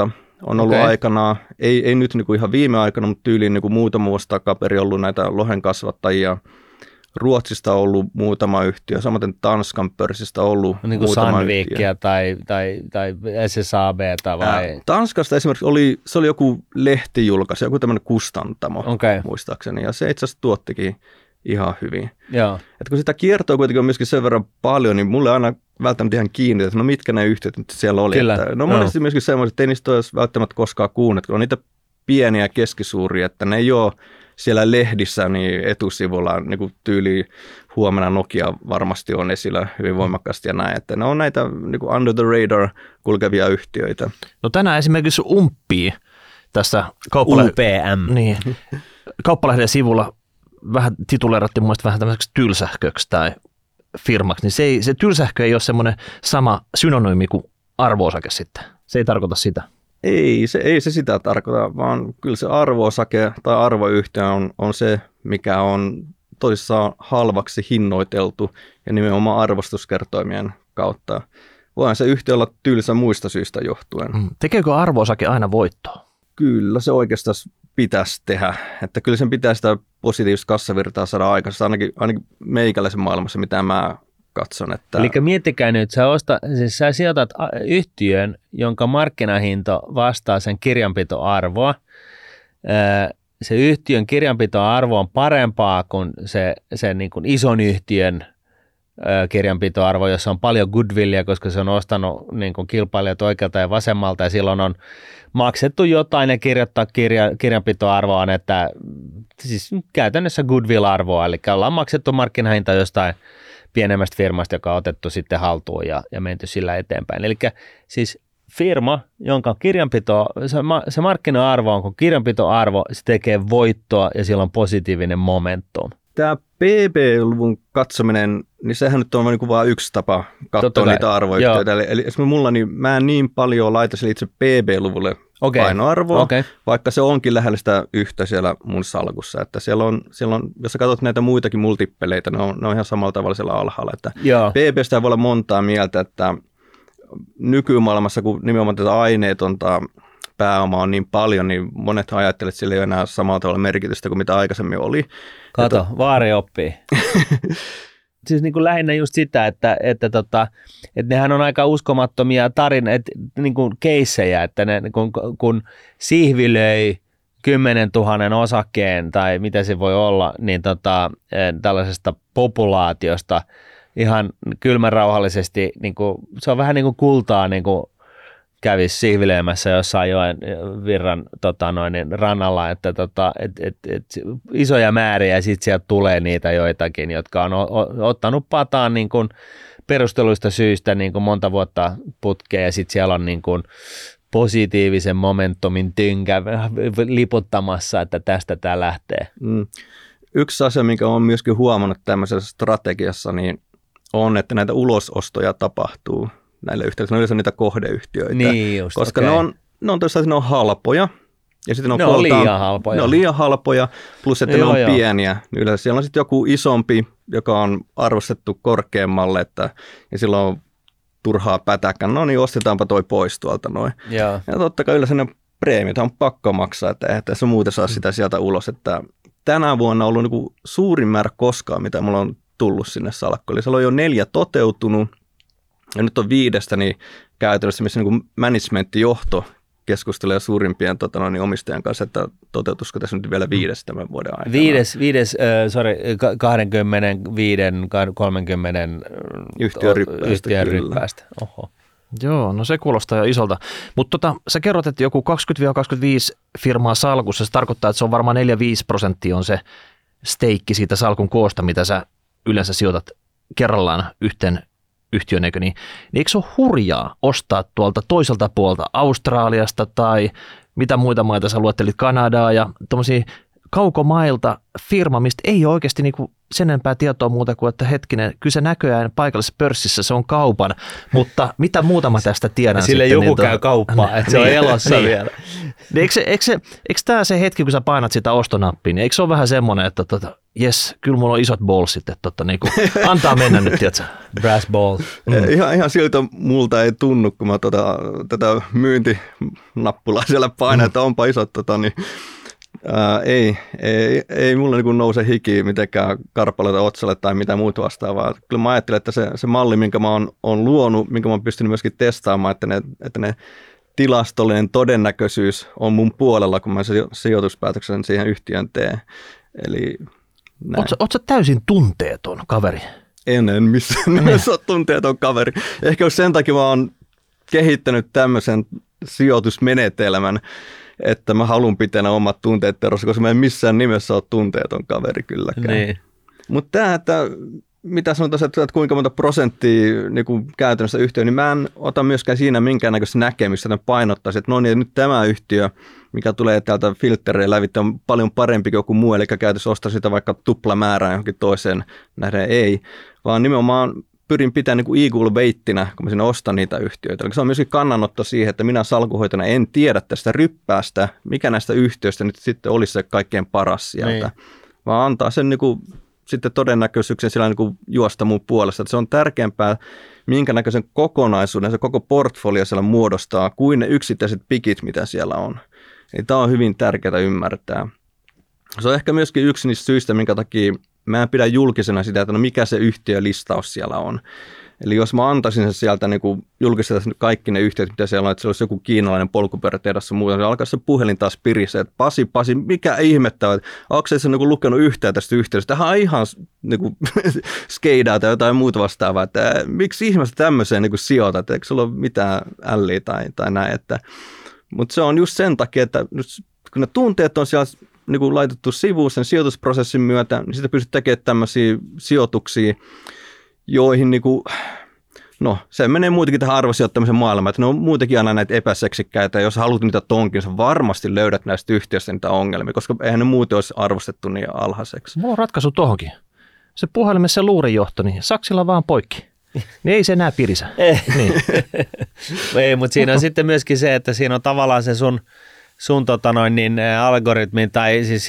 on ollut aikanaan, ei nyt niin kuin ihan viime aikana, mutta tyyliin niin kuin muutama vuosi takaperin ollut näitä lohen kasvattajia. Ruotsista on ollut muutama yhtiö, samaten Tanskan pörssistä on ollut niin kuin muutama Sandvikia yhtiö. Tai SSAB:tä vai? Tanskasta esimerkiksi se oli joku lehtijulkaisu, joku tämmöinen kustantamo muistaakseni, ja se itse asiassa tuottikin ihan hyvin. Joo. Et kun sitä kiertoa kuitenkin on myöskin sen verran paljon, niin mulle aina välttämättä ihan kiinni, että no mitkä ne yhtiöt nyt siellä oli. Kyllä. Että, no monesti myöskin semmoiset, että ei niistä olisi välttämättä koskaan kuunnut, kun on niitä pieniä ja keskisuuria, että ne ei ole siellä lehdissä niin etusivulla niin kuin tyyliin huomenna Nokia varmasti on esillä hyvin voimakkaasti ja näin, että ne on näitä niin kuin under the radar kulkevia yhtiöitä. No tänään esimerkiksi umppii tässä UPM. Kauppalehden sivulla vähän tituleerattiin mun mielestä vähän tämmöiseksi tylsähköksi tai firmaksi, niin se tylsähkö ei ole semmoinen sama synonyymi kuin arvo-osake sitten. Se ei tarkoita sitä. Ei se sitä tarkoita, vaan kyllä se arvo-osake tai arvoyhtiö on se, mikä on toisissaan halvaksi hinnoiteltu ja nimenomaan arvostuskertoimien kautta. Voihan se yhtiö olla tylsä muista syistä johtuen. Tekeekö arvo-osake aina voittoa? Kyllä se oikeastaan pitäisi tehdä, että kyllä sen pitää sitä positiivista kassavirtaa saada aikaisemmin, ainakin meikäläisen maailmassa, mitä mä katson. Että Eli miettikää nyt, sä sijoitat yhtiön, jonka markkinahinta vastaa sen kirjanpitoarvoa. Se yhtiön kirjanpitoarvo on parempaa kuin se niin kuin ison yhtiön kirjanpitoarvo, jossa on paljon goodwillia, koska se on ostanut niin kuin kilpailijat oikealta ja vasemmalta ja silloin on maksettu jotain ja kirjoittaa kirjanpitoarvoaan, että siis käytännössä goodwill-arvoa, eli ollaan maksettu markkinahinta jostain pienemmästä firmasta, joka on otettu sitten haltuun ja menty sillä eteenpäin. Eli siis firma, jonka se markkina-arvo on, kun kirjanpitoarvo, se tekee voittoa ja sillä on positiivinen momentum. Tämä PB-luvun katsominen, niin sehän nyt on vain yksi tapa katsoa niitä arvoyhtiöitä. Eli esimerkiksi mulla, niin mä en niin paljon laita sille itse PB-luvulle painoarvoa, vaikka se onkin lähellä sitä yhtä siellä mun salkussa. Että siellä on, jos sä katsot näitä muitakin multippeleitä, ne on ihan samalla tavalla siellä alhaalla. Että PBstä voi olla montaa mieltä, että nykymaailmassa, kun nimenomaan tätä aineetonta pääoma on niin paljon, niin monet ajattelevat, että sillä ei ole enää samalla tavalla merkitystä kuin mitä aikaisemmin oli. Kato, vaari oppii. Siis niin kuin lähinnä just sitä, että nehän on aika uskomattomia tarinoita, niin kuin keissejä, että ne kun sihvilöi 10 000 osakkeen tai mitä se voi olla, niin tällaisesta populaatiosta ihan kylmän rauhallisesti, niin kuin, se on vähän niin kuin kultaa niin kuin kävisi sihvilöimässä jossain joen virran rannalla, että isoja määriä ja sitten sieltä tulee niitä joitakin, jotka on ottanut pataan niin kuin perusteluista syistä niin kuin monta vuotta putkeen ja sitten siellä on niin kuin positiivisen momentumin tynkä liputtamassa, että tästä tämä lähtee. Yksi asia, minkä olen myöskin huomannut tämmöisessä strategiassa, niin on, että näitä ulosostoja tapahtuu näille yhtiöille. Ne on yleensä niitä kohdeyhtiöitä, koska ne on tosiaan ne on halpoja. Ja sitten ne on liian halpoja. Ne on liian halpoja, plus että ne on pieniä. Yleensä siellä on sitten joku isompi, joka on arvostettu korkeammalle, ja silloin on turhaa pätäkään. No niin, ostetaanpa toi pois tuolta noin. Ja totta kai yleensä ne preemiot on pakko maksaa, että eihän tässä muuten saa sitä sieltä ulos. Että tänä vuonna on ollut niin suurin määrä koskaan, mitä mulla on tullut sinne salkkoon. Eli siellä on jo 4 toteutunut. Ja nyt on 5, niin käytännössä, missä niin managementtijohto keskustelee suurimpien omistajan kanssa, että toteutuisiko tässä nyt vielä 5 tämän vuoden aikana. 30 yhtiön ryppäästä. Oho. Joo, no se kuulostaa jo isolta. Mutta sä kerrot, että joku 20-25 firmaa salkussa, se tarkoittaa, että se on varmaan 4-5% on se steikki siitä salkun koosta, mitä sä yleensä sijoitat kerrallaan yhteen yhtiön, eikö niin? Eikö se ole hurjaa ostaa tuolta toiselta puolta Australiasta tai mitä muita maita sä luettelit, Kanadaa ja tuommoisia kaukomailta firma, mistä ei ole oikeasti niin kuin sen enempää tietoa muuta kuin, että hetkinen, kyllä se näköjään paikallisessa pörssissä se on kaupan, mutta mitä muuta mä tästä tiedän? Sille sitten, joku käy kauppaa, että se on elossa vielä. Eikö tämä se hetki, kun sä painat sitä ostonappia, niin eikö se ole vähän semmoinen, että jes, kyllä mulla on isot ballsit, että niinku, antaa mennä nyt, tiedätkö? Brass balls. Ihan siltä multa ei tunnu, kun mä tätä myyntinappulaa siellä painan, että onpa isot, niin ei mulla niin nouse hiki mitenkään karpaloita otsalle tai mitä muuta vastaavaa. Kyllä mä ajattelen, että se malli, minkä mä oon luonut, minkä mä oon pystynyt myöskin testaamaan, että ne tilastollinen todennäköisyys on mun puolella, kun mä sijoituspäätöksen siihen yhtiön teen. Eli Ootko sä täysin tunteeton kaveri? En missään nimessä ole tunteeton kaveri. Ehkä sen takia mä oon kehittänyt tämmöisen sijoitusmenetelmän, että mä haluan pitää omat tunteet erossa, koska mä en missään nimessä ole tunteeton kaveri kylläkään. Niin. Mutta tämä, että mitä sanotaan, että kuinka monta prosenttia niin käytännössä yhtiö, niin mä en ota myöskään siinä minkäännäköistä näkemistä, että painottaisin, että no niin, nyt tämä yhtiö, mikä tulee täältä filttereen lävitse, on paljon parempi kuin joku muu, eli käytössä ostaa sitä vaikka tuplamäärää johonkin toiseen nähden ei, vaan nimenomaan pyrin pitämään niin kuin equal weighttinä, kun mä sinne ostan niitä yhtiöitä. Eli se on myöskin kannanotto siihen, että minä salkuhoitona en tiedä tästä ryppäästä, mikä näistä yhtiöistä nyt sitten olisi se kaikkein paras sieltä, vaan antaa sen niin kuin sitten todennäköisyyksen sillä niin kuin juosta mun puolesta. Että se on tärkeämpää, minkä näköisen kokonaisuuden se koko portfolio siellä muodostaa, kuin ne yksittäiset pikit, mitä siellä on. Eli tämä on hyvin tärkeää ymmärtää. Se on ehkä myöskin yksi niistä syistä, minkä takia mä en pidä julkisena sitä, että no mikä se yhtiölistaus siellä on. Eli jos mä antaisin sen sieltä niin julkistaa kaikki ne yhtiöt, mitä siellä on, että siellä olisi joku kiinalainen polkupyörätehdas ja muuta, niin alkaa se puhelin taas pirissä, että Pasi, mikä ihmettä, että onko se niin lukenut yhtään tästä yhtiöstä? Tähän on ihan niin skeidaa tai jotain muuta vastaavaa, että miksi ihmeessä tämmöiseen niin sijoitat, että eikö sulla ole mitään älliä tai näin. Mutta se on just sen takia, että kun ne tunteet on siellä niin kuin laitettu sivuun sen sijoitusprosessin myötä, niin sitten pystyt tekemään tämmöisiä sijoituksia, joihin niin kuin, no se menee muutenkin tähän arvosijoittamisen maailmaan, että ne on muutenkin aina näitä epäseksikkäitä, ja jos haluat niitä tonkin, sä varmasti löydät näistä yhtiöistä niitä ongelmia, koska eihän ne muuten olisi arvostettu niin alhaiseksi. Mulla on ratkaisu tohonkin. Se puhelimessa se luurinjohto, niin saksilla vaan poikki. Niin ei se enää pirisä. Niin. Ei, mutta siinä on sitten myöskin se, että siinä on tavallaan se sun algoritmin tai siis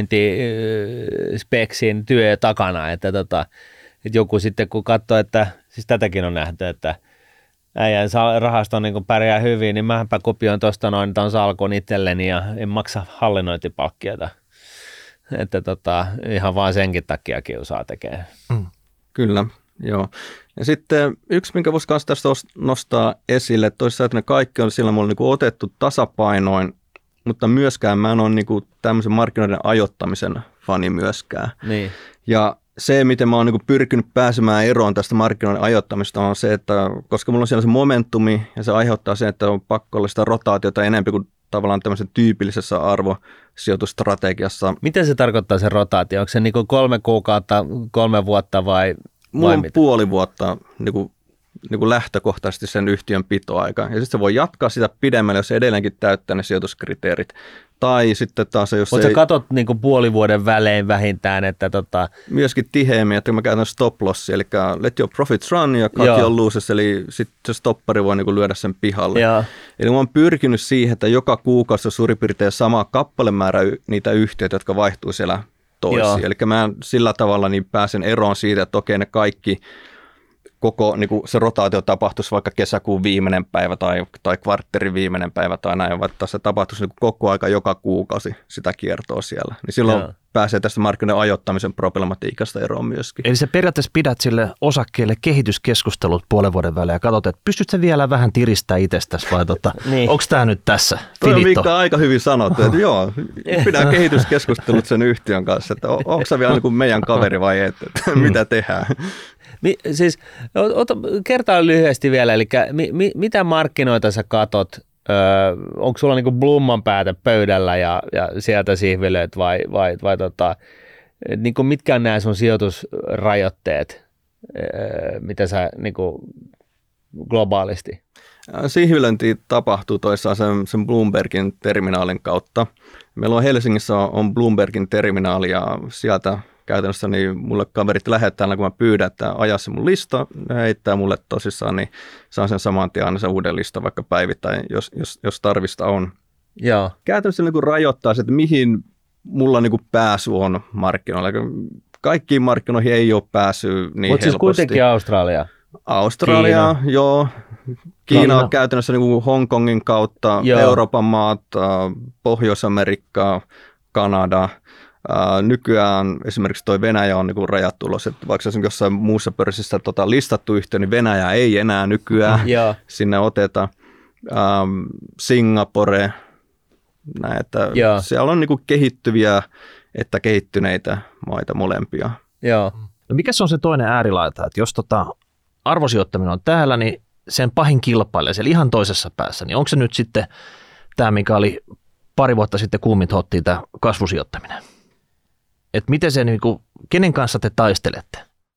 sihvilöintispeksin työ takana, että joku sitten kun katsoo, että siis tätäkin on nähty, että äijän rahaston niin pärjää hyvin, niin mähänpä kopioin tuosta noin ton salkun itselleni ja en maksa hallinnointipalkkiota. Että ihan vaan senkin takia kiusaa tekee. Kyllä, joo. Ja sitten yksi, minkä voisi myös tästä nostaa esille, että toisaalta että ne kaikki on sillä mulla niin otettu tasapainoin, mutta myöskään mä en ole niin tämmöisen markkinoiden ajoittamisen fani myöskään. Niin. Ja se, miten mä oon niin pyrkinyt pääsemään eroon tästä markkinoiden ajoittamista on se, että koska mulla on siellä se momentumi ja se aiheuttaa sen, että on pakko olla sitä rotaatiota enemmän kuin tavallaan tämmöisen tyypillisessä arvosijoitusstrategiassa. Miten se tarkoittaa se rotaatio? Onko se niin 3 kuukautta, 3 vuotta vai mulla on puoli vuotta niin kuin lähtökohtaisesti sen yhtiön pitoaika. Ja sitten se voi jatkaa sitä pidemmälle, jos se edelleenkin täyttää ne sijoituskriteerit. Tai sitten taas, jos mutta sä katot niin kuin puoli vuoden välein vähintään, että myöskin tiheämmin, että mä käytän stop lossia, eli let your profits run ja cut your losses, eli sitten se stoppari voi niin kuin lyödä sen pihalle. Joo. Eli mä oon pyrkinyt siihen, että joka kuukausi on suurin piirtein sama kappalemäärä niitä yhtiöitä, jotka vaihtuu siellä toisiin. Eli mä sillä tavalla niin pääsen eroon siitä, että okei ne kaikki koko niin kuin se rotaatio tapahtuisi vaikka kesäkuun viimeinen päivä tai kvartterin viimeinen päivä tai näin, vaikka se tapahtuisi niin koko aika joka kuukausi sitä kiertoa siellä. Niin silloin pääsee tästä markkinoiden ajoittamisen problematiikasta eroon myöskin. Eli sä periaatteessa pidät sille osakkeelle kehityskeskustelut puolen vuoden välein ja katsot, että pystytkö vielä vähän tiristää itsestäsi vai niin. Onko tämä nyt tässä? Toi on Mikka aika hyvin sanottu, että joo, pidä kehityskeskustelut sen yhtiön kanssa, että onko sä vielä niin kuin meidän kaveri vai et, että mitä tehdään. Siis kertaa lyhyesti vielä, eli mitä markkinoita sä katot? Onko sulla niinku Blumman päätä pöydällä ja sieltä sihvilöit vai niinku mitkä on nämä sun sijoitusrajoitteet, mitä sä niinku globaalisti? Sihvilöinti tapahtuu toisaalta sen Bloombergin terminaalin kautta. Meillä on Helsingissä on Bloombergin terminaali ja sieltä käytännössä niin mulle kaverit lähettää, kun mä pyydän, että ajaa se mun lista, ne heittää mulle tosissaan, niin saan sen saman tien aina sen uuden listan vaikka päivittäin, jos tarvista on. Joo. Käytännössä niin rajoittaa se, että mihin mulla niin pääsy on markkinoilla. Kaikkiin markkinoihin ei ole pääsy niin helposti. Mutta siis kuitenkin Australia, joo. Kiina on käytännössä niin kuin Hongkongin kautta, joo. Euroopan maat, Pohjois-Amerikka, Kanada. Nykyään esimerkiksi toi Venäjä on niin rajattu ulos, että vaikka se on jossain muussa pörssissä listattu yhtiö, niin Venäjä ei enää nykyään sinne oteta. Singapore, näin, että siellä on niin kuin kehittyviä että kehittyneitä maita molempia. Joo. No mikä se on se toinen äärilaita, että jos arvosijoittaminen on täällä, niin sen pahin kilpailija siellä ihan toisessa päässä, niin onko se nyt sitten tämä, mikä oli pari vuotta sitten kuuminta hottiin, tämä kasvusijoittaminen? Että miten se, niin kuin, kenen kanssa te taistelette?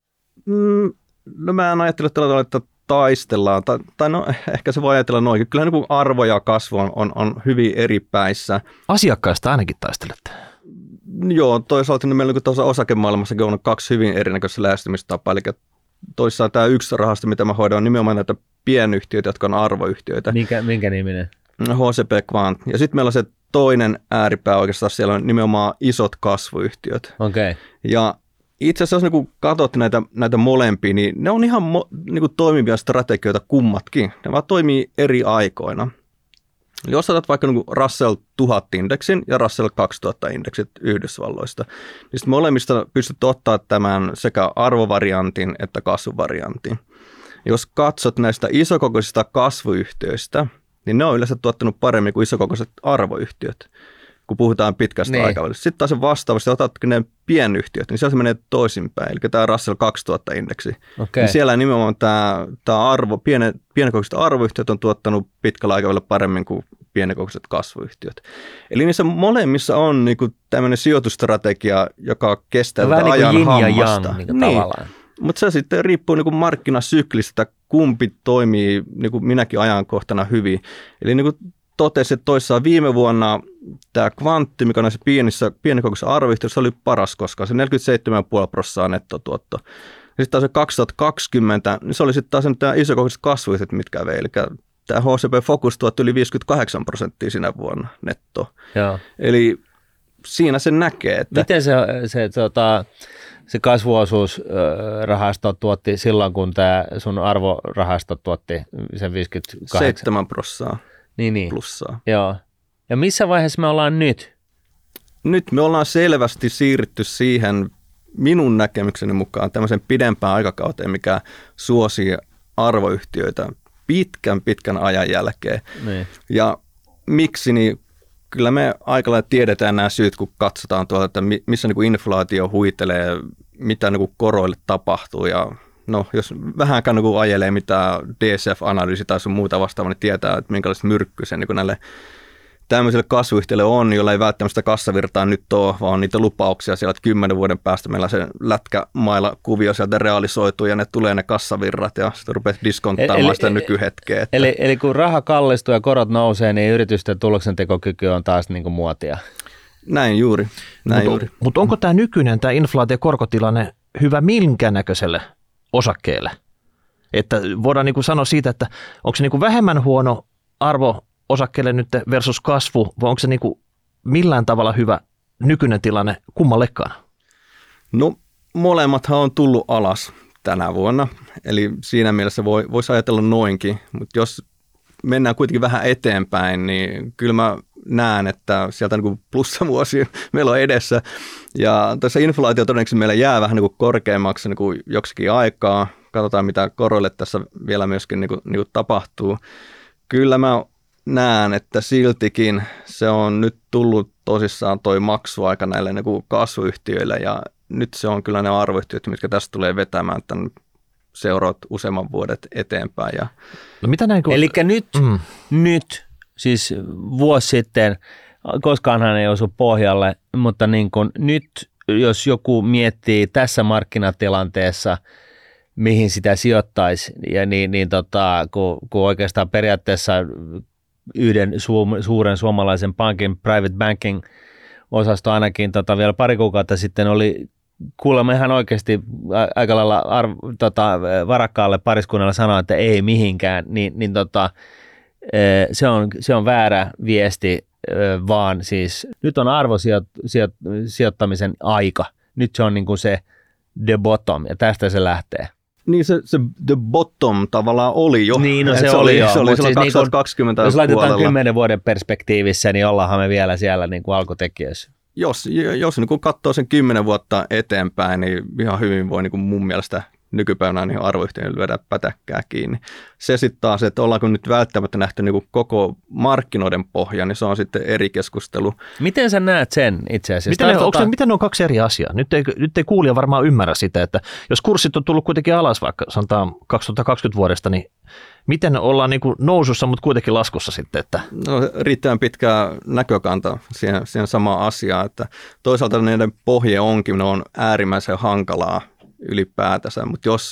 No mä en ajattele tällä tavalla, että taistellaan, tai no ehkä se voi ajatella noin. Kyllä niin arvo ja kasvu on hyvin eri päissä. Asiakkaista ainakin taistelette. Joo, toisaalta niin meillä tuossa osakemaailmassakin on kaksi hyvin erinäköistä lähestymistapaa. Eli toisaalta tämä yksi rahasto, mitä mä hoidan, on nimenomaan näitä pienyhtiöitä, jotka on arvoyhtiöitä. Minkä niminen? HCP Quant. Ja sitten meillä on se toinen ääripää oikeastaan, siellä on nimenomaan isot kasvuyhtiöt. Okay. Ja itse asiassa, jos niin katsot näitä molempia, niin ne on ihan niin toimivia strategioita kummatkin. Ne vaan toimii eri aikoina. Eli jos otat vaikka niin Russell 1000-indeksin ja Russell 2000-indeksit Yhdysvalloista, niin sitten molemmista pystyt ottaa tämän sekä arvovariantin että kasvuvariantin. Jos katsot näistä isokokoisista kasvuyhtiöistä, niin ne on yleensä tuottanut paremmin kuin isokokoiset arvoyhtiöt, kun puhutaan pitkästä aikavälistä. Sitten taas vastaavasti otatkin ne pienyhtiöt, niin siellä se menee toisinpäin. Eli tämä Russell 2000-indeksi. Niin siellä nimenomaan tämä pienikokoiset arvoyhtiöt on tuottanut pitkällä aikavälillä paremmin kuin pienikokoiset kasvuyhtiöt. Eli niissä molemmissa on niinku tämmöinen sijoitustrategia, joka kestää vähän ajan niin kuin hammasta. Niin tavallaan. Mutta se sitten riippuu niinku markkinasyklistä, kumpi toimii niinku minäkin ajankohtana hyvin. Eli niinku totesi, että toissaan viime vuonna tämä kvantti, mikä on näissä pienikokoisissa arvoyhtiöissä, oli paras koskaan, se 47,5% nettotuotto. Ja sitten taas se 2020, niin se oli sitten taas tämä isokokoiset kasvuyhtiöt, mitkä vei. Eli tämä HCP Focus tuotti yli 58% sinä vuonna netto. Joo. Eli siinä se näkee, että... Miten se kasvuosuusrahasto tuotti silloin, kun tämä sun arvorahasto tuotti sen 58%? 7% niin. plussaa. Joo. Ja missä vaiheessa me ollaan nyt? Nyt me ollaan selvästi siirrytty siihen minun näkemykseni mukaan tämmöisen pidempään aikakauteen, mikä suosii arvoyhtiöitä pitkän ajan jälkeen. Niin. Ja miksi, niin kyllä me aika lailla tiedetään nämä syyt, kun katsotaan tuolta, että missä niin kuin inflaatio huitelee, mitä niin kuin koroille tapahtuu. Ja no, jos vähänkään niin kuin ajelee mitä DCF-analyysi tai sun muuta vastaavaa, niin tietää, että minkälaista myrkkyä se niin kuin näille tämmöiselle kasvuyhtiölle on, jolla ei välttämättä sitä kassavirtaa nyt ole, vaan niitä lupauksia siellä, että 10 vuoden päästä meillä se lätkämailla kuvio sieltä realisoituu ja ne tulee ne kassavirrat ja sitten rupeat diskonttaamaan sitä nykyhetkeä. Että... Eli kun raha kallistuu ja korot nousee, niin yritysten tuloksentekokyky on taas niin kuin muotia. Näin juuri. Mutta onko tämä nykyinen, tämä inflaatio-korkotilanne hyvä minkä näköiselle osakkeelle? Että voidaan niin kuin sanoa siitä, että onko se niin kuin vähemmän huono arvo osakkeelle nyt versus kasvu, vai onko se niin kuin millään tavalla hyvä nykyinen tilanne kummallekaan? No molemmathan on tullut alas tänä vuonna, eli siinä mielessä voisi ajatella noinkin, mutta jos mennään kuitenkin vähän eteenpäin, niin kyllä mä näen, että sieltä niin kuin plussavuosi meillä on edessä, ja tässä inflaatio todennäköisesti meillä jää vähän niin kuin korkeammaksi niin kuin joksikin aikaa, katsotaan mitä koroille tässä vielä myöskin niin kuin tapahtuu. Kyllä mä näen, että siltikin se on nyt tullut tosissaan toi maksuaika näille niin kuin kasvuyhtiöille ja nyt se on kyllä ne arvoyhtiöt, mitkä tästä tulee vetämään tämän seuraavat useamman vuodet eteenpäin. Ja... No mitä näin, kun... Elikkä nyt, siis vuosi sitten, koskaanhan ei osu pohjalle, mutta niin kuin nyt, jos joku miettii tässä markkinatilanteessa mihin sitä sijoittaisi. Ja kun oikeastaan periaatteessa yhden suuren suomalaisen pankin private banking osasto ainakin vielä pari kuukautta sitten oli kuulemma ihan oikeasti aika lailla varakkaalle pariskunnalle sanoa, että ei mihinkään, se on väärä viesti, vaan siis nyt on arvosijoittamisen aika. Nyt se on niin kuin se the bottom ja tästä se lähtee. Niin se the bottom tavallaan oli jo. Niin, no se oli jo. Se oli silloin siis 2020 jos laitetaan puolella. 10 vuoden perspektiivissä, niin ollaanhan me vielä siellä niin kuin alkutekijöissä. Jos niin kun katsoo sen 10 vuotta eteenpäin, niin ihan hyvin voi niin kuin mun mielestä nykypäivänä niin arvoyhtiöille lyödä pätäkkää kiinni. Se sitten taas, että ollaanko nyt välttämättä nähty niin kuin koko markkinoiden pohja, niin se on sitten eri keskustelu. Miten sä näet sen itse asiassa? Miten ne on kaksi eri asiaa? Nyt ei kuulija varmaan ymmärrä sitä, että jos kurssit on tullut kuitenkin alas vaikka sanotaan 2020 vuodesta, niin miten ollaan niin kuin nousussa, mutta kuitenkin laskussa sitten? Että... No, riittävän pitkä näkökanta siihen samaan asiaan, että toisaalta niiden pohje onkin, ne on äärimmäisen hankalaa ylipäätänsä, mutta jos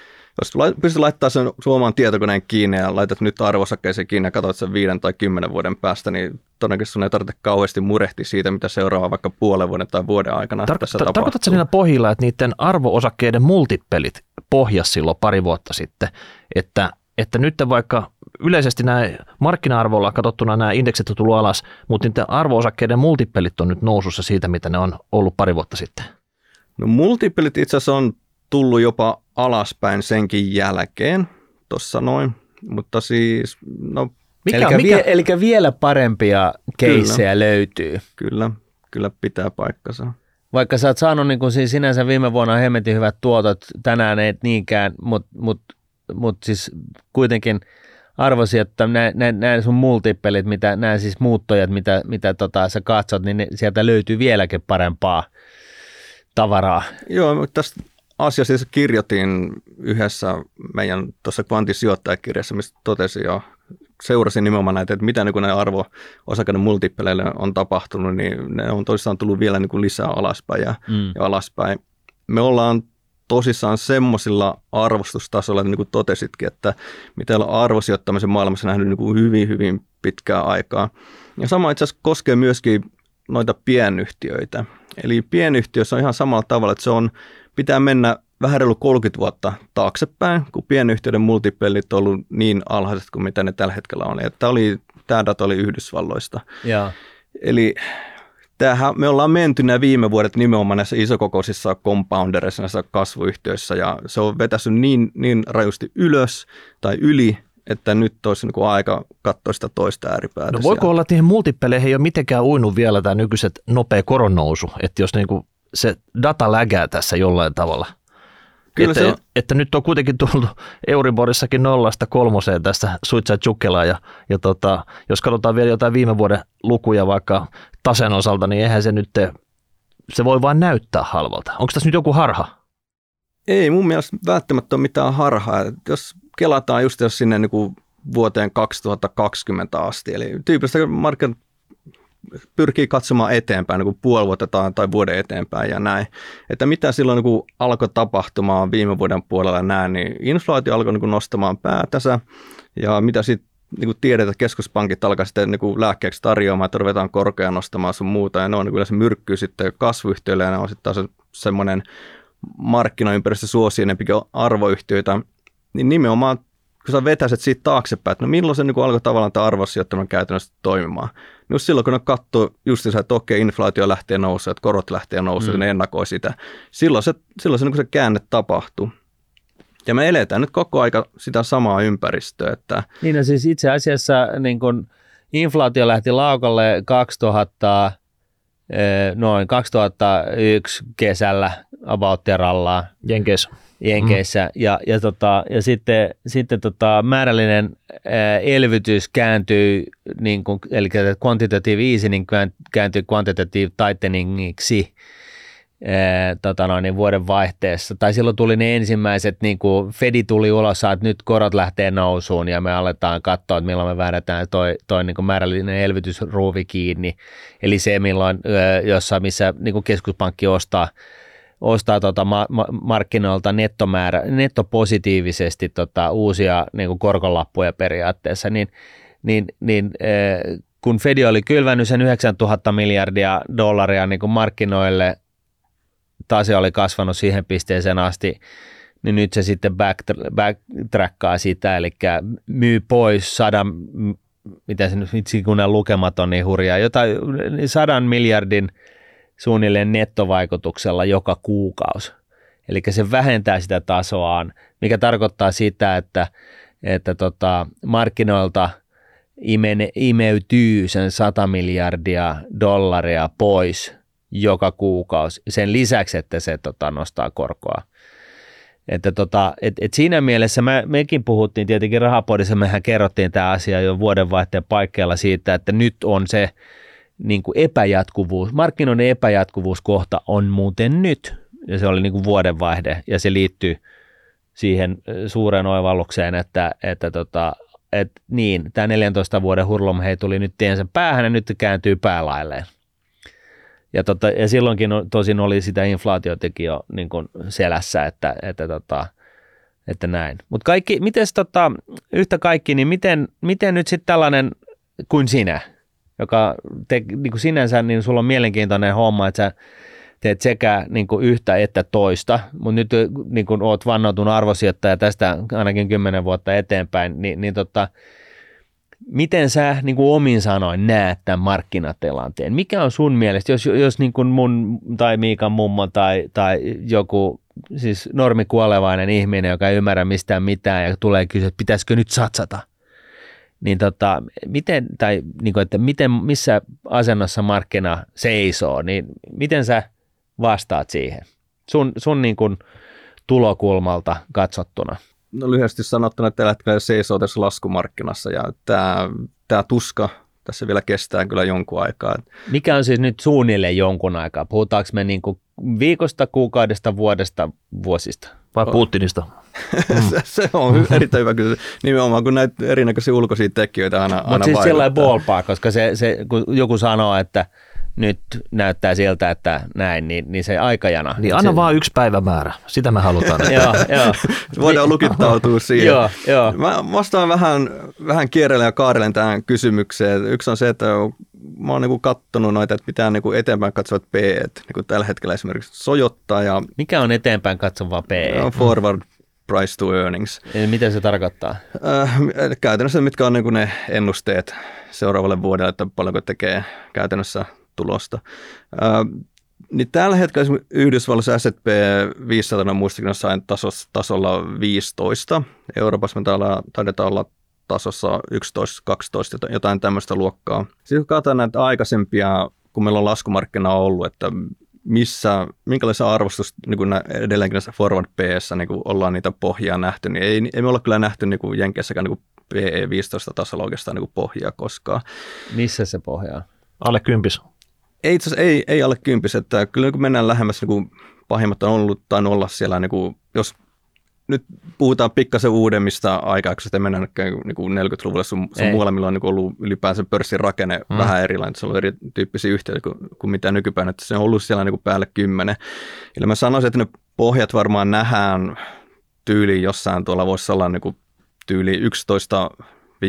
pystyt laittamaan sen suomaan tietokoneen kiinni ja laitat nyt arvosakkeeseen kiinni ja katsot sen 5 tai 10 vuoden päästä, niin todennäköisesti sun ei tarvitse kauheasti murehtia siitä, mitä seuraava vaikka puolen vuoden tai vuoden aikana tässä tapahtuu. Tarkoitatko niillä pohjilla, että niiden arvo-osakkeiden multippelit pohjasi silloin pari vuotta sitten, että nyt vaikka yleisesti näin markkina-arvolla katsottuna nämä indeksit on tullut alas, mutta niiden arvo-osakkeiden multippelit on nyt nousussa siitä, mitä ne on ollut pari vuotta sitten? No multippelit itse asiassa on tullut jopa alaspäin senkin jälkeen, tuossa noin, mutta siis no... Eli vielä parempia keissejä löytyy. Kyllä pitää paikkansa. Vaikka sä oot saanut niin kun siis sinänsä viime vuonna hemmetin hyvät tuotot, tänään ei niinkään, mutta siis kuitenkin arvosijoittaa nämä sun multippelit, nämä siis muuttojat, mitä sä katsot, niin sieltä löytyy vieläkin parempaa tavaraa. Joo, tästä asiasta siis kirjoitin yhdessä meidän tuossa kvantisijoittajakirjassa, mistä totesin jo, seurasin nimenomaan näitä, että mitä niin näillä arvo-osakkeiden multippeleille on tapahtunut, niin ne on tosissaan tullut vielä niin kuin lisää alaspäin ja alaspäin. Me ollaan tosissaan semmoisilla arvostustasoilla, niin kuin totesitkin, että mitä on arvosijoittamisen maailmassa nähnyt niin kuin hyvin, hyvin pitkää aikaa. Ja sama itse asiassa koskee myöskin noita pienyhtiöitä. Eli pienyhtiössä on ihan samalla tavalla, että pitää mennä vähän reilu 30 vuotta taaksepäin, kun pienyhtiöiden multipellit on ollut niin alhaiset kuin mitä ne tällä hetkellä on. Tämä data oli Yhdysvalloista. Ja. Eli me ollaan menty nämä viime vuodet nimenomaan näissä isokokoisissa compoundereissa, näissä kasvuyhtiöissä, ja se on vetässyt niin rajusti ylös tai yli, että nyt olisi niin kuin aika katsoa sitä toista ääripäätä. No voiko olla, että niihin multippeleihin ei ole mitenkään uinut vielä tämä nykyiset nopea koronnousu, että jos niin kuin se data lägää tässä jollain tavalla? Kyllä että nyt on kuitenkin tullut Euriborissakin 0-3 tässä suitsaa tjukkelaa ja jos katsotaan vielä jotain viime vuoden lukuja vaikka tasen osalta, niin eihän se nyt, se voi vain näyttää halvalta. Onko tässä nyt joku harha? Ei mun mielestä välttämättä ole mitään harhaa. Jos kelataan just jos sinne niin kuin vuoteen 2020 asti, eli tyypillisesti markkinat pyrkii katsomaan eteenpäin, niin kuin puoli vuotta tai vuoden eteenpäin ja näin. Että mitä silloin niin kuin alkoi tapahtumaan viime vuoden puolella ja näin, niin inflaatio alkoi niin kuin nostamaan päätänsä ja mitä sitten niin tiedetään, että keskuspankit alkaa sitten niin lääkkeeksi tarjoamaan, että ruvetaan korkeaa nostamaan sun muuta ja ne on niin yleensä myrkkyy sitten kasvuyhtiöille ja ne on sitten taas semmoinen markkinaympäristö suosii enempikin arvoyhtiöitä, niin nimenomaan kun sä vetäiset siitä taaksepäin, että no milloin se niin alkoi tavallaan tämä arvosijoittaminen käytännössä toimimaan. Niin silloin kun ne katsoo just se, että okei, inflaatio lähtee nousemaan, että korot lähtee nousemaan, ne ennakoi sitä. Silloin se, niin se käänne tapahtuu. Ja me eletään nyt koko aika sitä samaa ympäristöä. Että niin no siis itse asiassa niin kun inflaatio lähti laukalle 2001 kesällä about terallaan. Jenkeissä ja sitten määrällinen elvytys kääntyi niin kuin, eli quantitative easing kääntyi quantitative tighteningiksi vuoden vaihteessa. Tai silloin tuli ne ensimmäiset, niin kuin Fedi tuli ulos, että nyt korot lähtee nousuun ja me aletaan katsoa, että milloin me väännetään toi niin kuin määrällinen elvytysruuvi kiinni. Eli se, milloin missä niin kuin keskuspankki ostaa markkinoilta nettopositiivisesti uusia niin kuin korkolappuja periaatteessa, niin kun Fed oli kylvännyt sen 9 000 miljardia dollaria niin kuin markkinoille, tase oli kasvanut siihen pisteeseen asti, niin nyt se sitten backtrackkaa sitä, eli myy pois 100, mitä se nyt, kun ne lukemat on niin hurjaa, 100 miljardin suunnilleen nettovaikutuksella joka kuukausi. Eli se vähentää sitä tasoaan, mikä tarkoittaa sitä, että markkinoilta imeytyy sen 100 miljardia dollaria pois joka kuukausi. Sen lisäksi, että se nostaa korkoa. Että siinä mielessä mekin puhuttiin tietenkin Rahapodissa, mehän kerrottiin tämä asia jo vuodenvaihteen paikkeilla siitä, että nyt on se niin kuin epäjatkuvuus, markkinoiden epäjatkuvuuskohta on muuten nyt, ja se oli niin kuin vuodenvaihde, ja se liittyy siihen suureen oivallukseen, että niin, tämä 14 vuoden hurlumhei tuli nyt tiensä päähän, ja nyt kääntyy päälailleen. Ja silloinkin tosin oli sitä inflaatiotakin jo niin kuin selässä, että näin. Mutta kaikki, yhtä kaikki, niin miten nyt sitten tällainen kuin sinä, joka niin kuin sinänsä, niin sulla on mielenkiintoinen homma, että sä teet sekä niin kuin yhtä että toista, mutta nyt niin kuin oot vannoutunut arvosijoittaja tästä ainakin 10 vuotta eteenpäin, niin miten sä niin kuin omin sanoin näet tämän markkinatilanteen? Mikä on sun mielestä, jos niin kuin mun tai Miikan mummo tai joku siis normikuolevainen ihminen, joka ei ymmärrä mistään mitään ja tulee kysyä, että pitäisikö nyt satsata? Niin missä asennossa markkina seisoo, niin miten sä vastaat siihen sun niin kuin tulokulmalta katsottuna? No lyhyesti sanottuna, että tällä hetkellä seisoo tässä laskumarkkinassa ja tämä tuska tässä vielä kestää kyllä jonkun aikaa. Mikä on siis nyt suunnilleen jonkun aikaa? Puhutaanko me niin kuin viikosta, kuukaudesta, vuodesta, vuosista? Vai Putinista? Se on erittäin hyvä kysymys. Nimenomaan, kun näitä erinäköisiä ulkoisia tekijöitä aina vaikuttaa. Mutta siis sellainen ballpark, koska kun joku sanoo, että nyt näyttää siltä, että näin, niin se aikajana. Niin anna vaan yksi päivämäärä, sitä me halutaan. Joo. Voidaan lukittautua siihen. Joo. Mä vastaan vähän kierrellen ja kaarellen tähän kysymykseen. Yksi on se, että mä oon niinku kattonut noita, että pitää niinku eteenpäin katsovat PE:t, niinku tällä hetkellä esimerkiksi sojottaa. Ja mikä on eteenpäin katsova PE? Forward price to earnings. Mitä se tarkoittaa? Käytännössä mitkä on niinku ne ennusteet seuraavalle vuodelle, että paljonko tekee käytännössä tulosta. Niin tällä hetkellä Yhdysvalloissa S&P 500 muistakin jossain tasolla 15. Euroopassa me taidetaan olla tasossa 11, 12, jotain tämmöistä luokkaa. Sitten kun katsotaan näitä aikaisempia, kun meillä on laskumarkkina ollut, että minkälaisia arvostusta niin edelleenkin näissä forward P:ssä niin ollaan niitä pohjaa nähty, niin ei me olla kyllä nähty niin Jenkeissäkään niin PE 15 tasolla oikeastaan niin pohjaa koskaan. Missä se pohjaa? Alle 10. Ei itse asiassa ei alle 10, että kyllä kun mennään lähemmäs, niin pahimmat on ollut tai olla siellä, niin jos nyt puhutaan pikkasen uudemmista aikauksista, mennään niin 40-luvulle sun muualla, millä on niin ollut ylipäänsä pörssin rakenne vähän erilainen, se on erityyppisiä yhtiöitä kuin mitä nykypäivänä, että se on ollut siellä niin päälle 10. Eli mä sanoisin, että ne pohjat varmaan nähdään tyyliin jossain tuolla voisi olla niin tyyli 11-14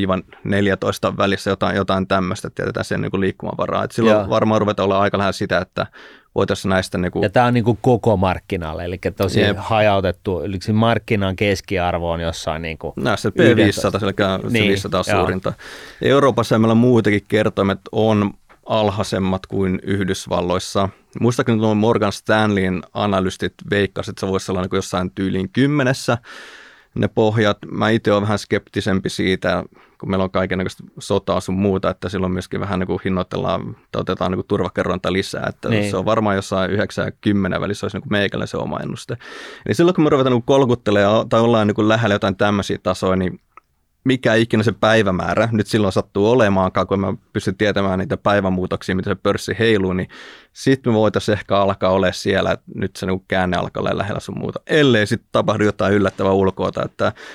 välissä jotain tämmöistä, että jätetään sen niin liikkumavaraa. Et silloin varmaan ruvetaan olla aika lähellä sitä, että voitaisiin näistä... Ja tämä on niin kuin koko markkinalle, eli tosi hajautettu, eli markkinan keskiarvo on jossain... Niin kuin näissä P500, eli se 500 on suurinta. Euroopassa meillä muutenkin kertoimet on alhaisemmat kuin Yhdysvalloissa. Muistakin tuon Morgan Stanleyn analystit veikkasivat, että se voisi olla niin kuin jossain tyyliin 10 ne pohjat. Mä itse olen vähän skeptisempi siitä, kun meillä on kaikennäköistä sotaa sun muuta, että silloin myöskin vähän niin kuin hinnoitellaan tai otetaan niin kuin turvakerrointa lisää. Että se on varmaan jossain 9 ja 10 välissä olisi niin kuin meikälle se oma ennuste. Eli silloin kun me ruvetaan niin kuin kolkuttelemaan tai ollaan niin kuin lähellä jotain tämmöisiä tasoja, niin mikä ikinä se päivämäärä nyt silloin sattuu olemaankaan, kun mä pystyn tietämään niitä päivämuutoksia, mitä se pörssi heiluu, niin sitten me voitaisiin ehkä alkaa olemaan siellä, että nyt se niin käänne alkaa olla lähellä sun muuta, ellei sitten tapahdu jotain yllättävää ulkoota, että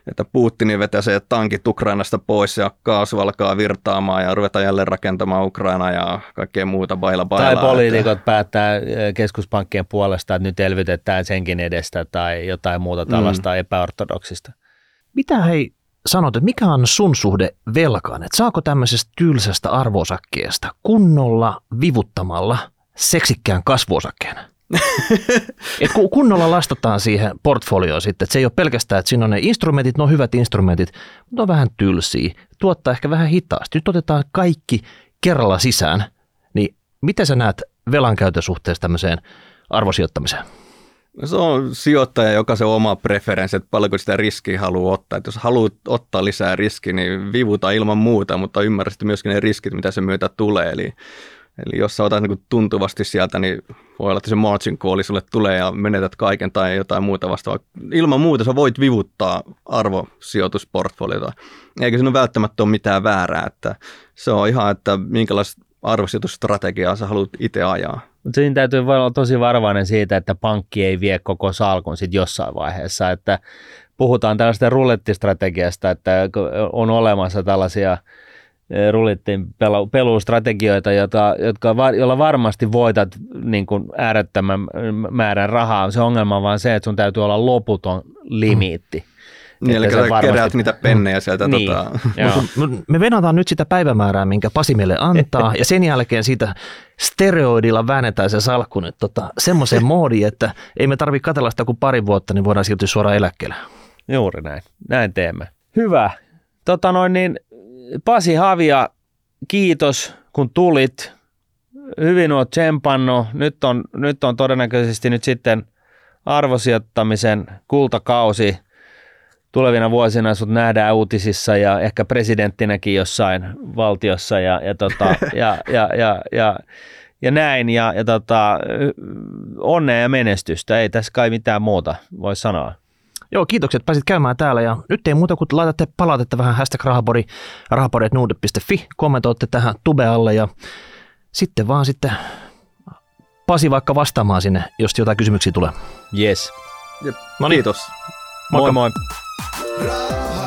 että Putin vetäisee tankit Ukrainasta pois ja kaasu alkaa virtaamaan ja ruvetaan jälleen rakentamaan Ukrainaa ja kaikkea muuta baila. Tai poliitikot päättää keskuspankkien puolesta, että nyt elvytetään senkin edestä tai jotain muuta tällaista epäortodoksista. Mitä hei sanot, että mikä on sun suhde velkaan? Että saako tämmöisestä tylsästä arvo-osakkeesta kunnolla vivuttamalla seksikkään kasvuosakkeen? Että kunnolla lastataan siihen portfolioon sitten, että se ei ole pelkästään, että siinä on ne instrumentit, ne on hyvät instrumentit, mutta on vähän tylsiä, tuottaa ehkä vähän hitaasti. Nyt otetaan kaikki kerralla sisään, niin miten sä näet velan käytön suhteessa tämmöiseen arvosijoittamiseen? Se on sijoittaja, joka se oma preferenssi, että paljonko sitä riskiä haluaa ottaa. Että jos haluat ottaa lisää riskiä, niin vivuta ilman muuta, mutta ymmärrä sitten myöskin ne riskit, mitä se myötä tulee. Eli jos sä otat niin tuntuvasti sieltä, niin voi olla, että se margin call sulle tulee ja menetät kaiken tai jotain muuta vastaavaa. Ilman muuta sä voit vivuttaa arvosijoitusportfoliota. Eikä siinä välttämättä ole mitään väärää. Että se on ihan, että minkälaista arvosijoitusstrategiaa sä haluat itse ajaa. Mutta siinä täytyy olla tosi varovainen siitä, että pankki ei vie koko salkun sit jossain vaiheessa. Että puhutaan tällaista rulettistrategiasta, että on olemassa tällaisia rullettin pelustrategioita, joilla varmasti voitat niin kuin äärettömän määrän rahaa. Se ongelma on vaan se, että sun täytyy olla loputon limiitti. Niin, eli sä keräät niitä pennejä sieltä. Niin, me venataan nyt sitä päivämäärää, minkä Pasi meille antaa, ja sen jälkeen siitä steroidilla väännetään se salkku nyt semmoiseen moodiin, että ei me tarvitse katsella sitä kuin pari vuotta, niin voidaan siirtyä suoraan eläkkeelle. Juuri näin teemme. Hyvä. Pasi Havia, kiitos kun tulit. Hyvin oot tsempannut. Nyt on todennäköisesti nyt sitten arvosijoittamisen kultakausi. Tulevina vuosina sut nähdään uutisissa ja ehkä presidenttinäkin jossain valtiossa ja näin. Onnea ja menestystä. Ei tässä kai mitään muuta voi sanoa. Joo, kiitokset, että pääsit käymään täällä ja nyt ei muuta kuin laitatte palautetta vähän #rahapori@nordnet.fi, kommentoitte tähän tube alle ja sitten Pasi vaikka vastaamaan sinne, jos jotain kysymyksiä tulee. Yes. Kiitos. Moikka moi. Raha.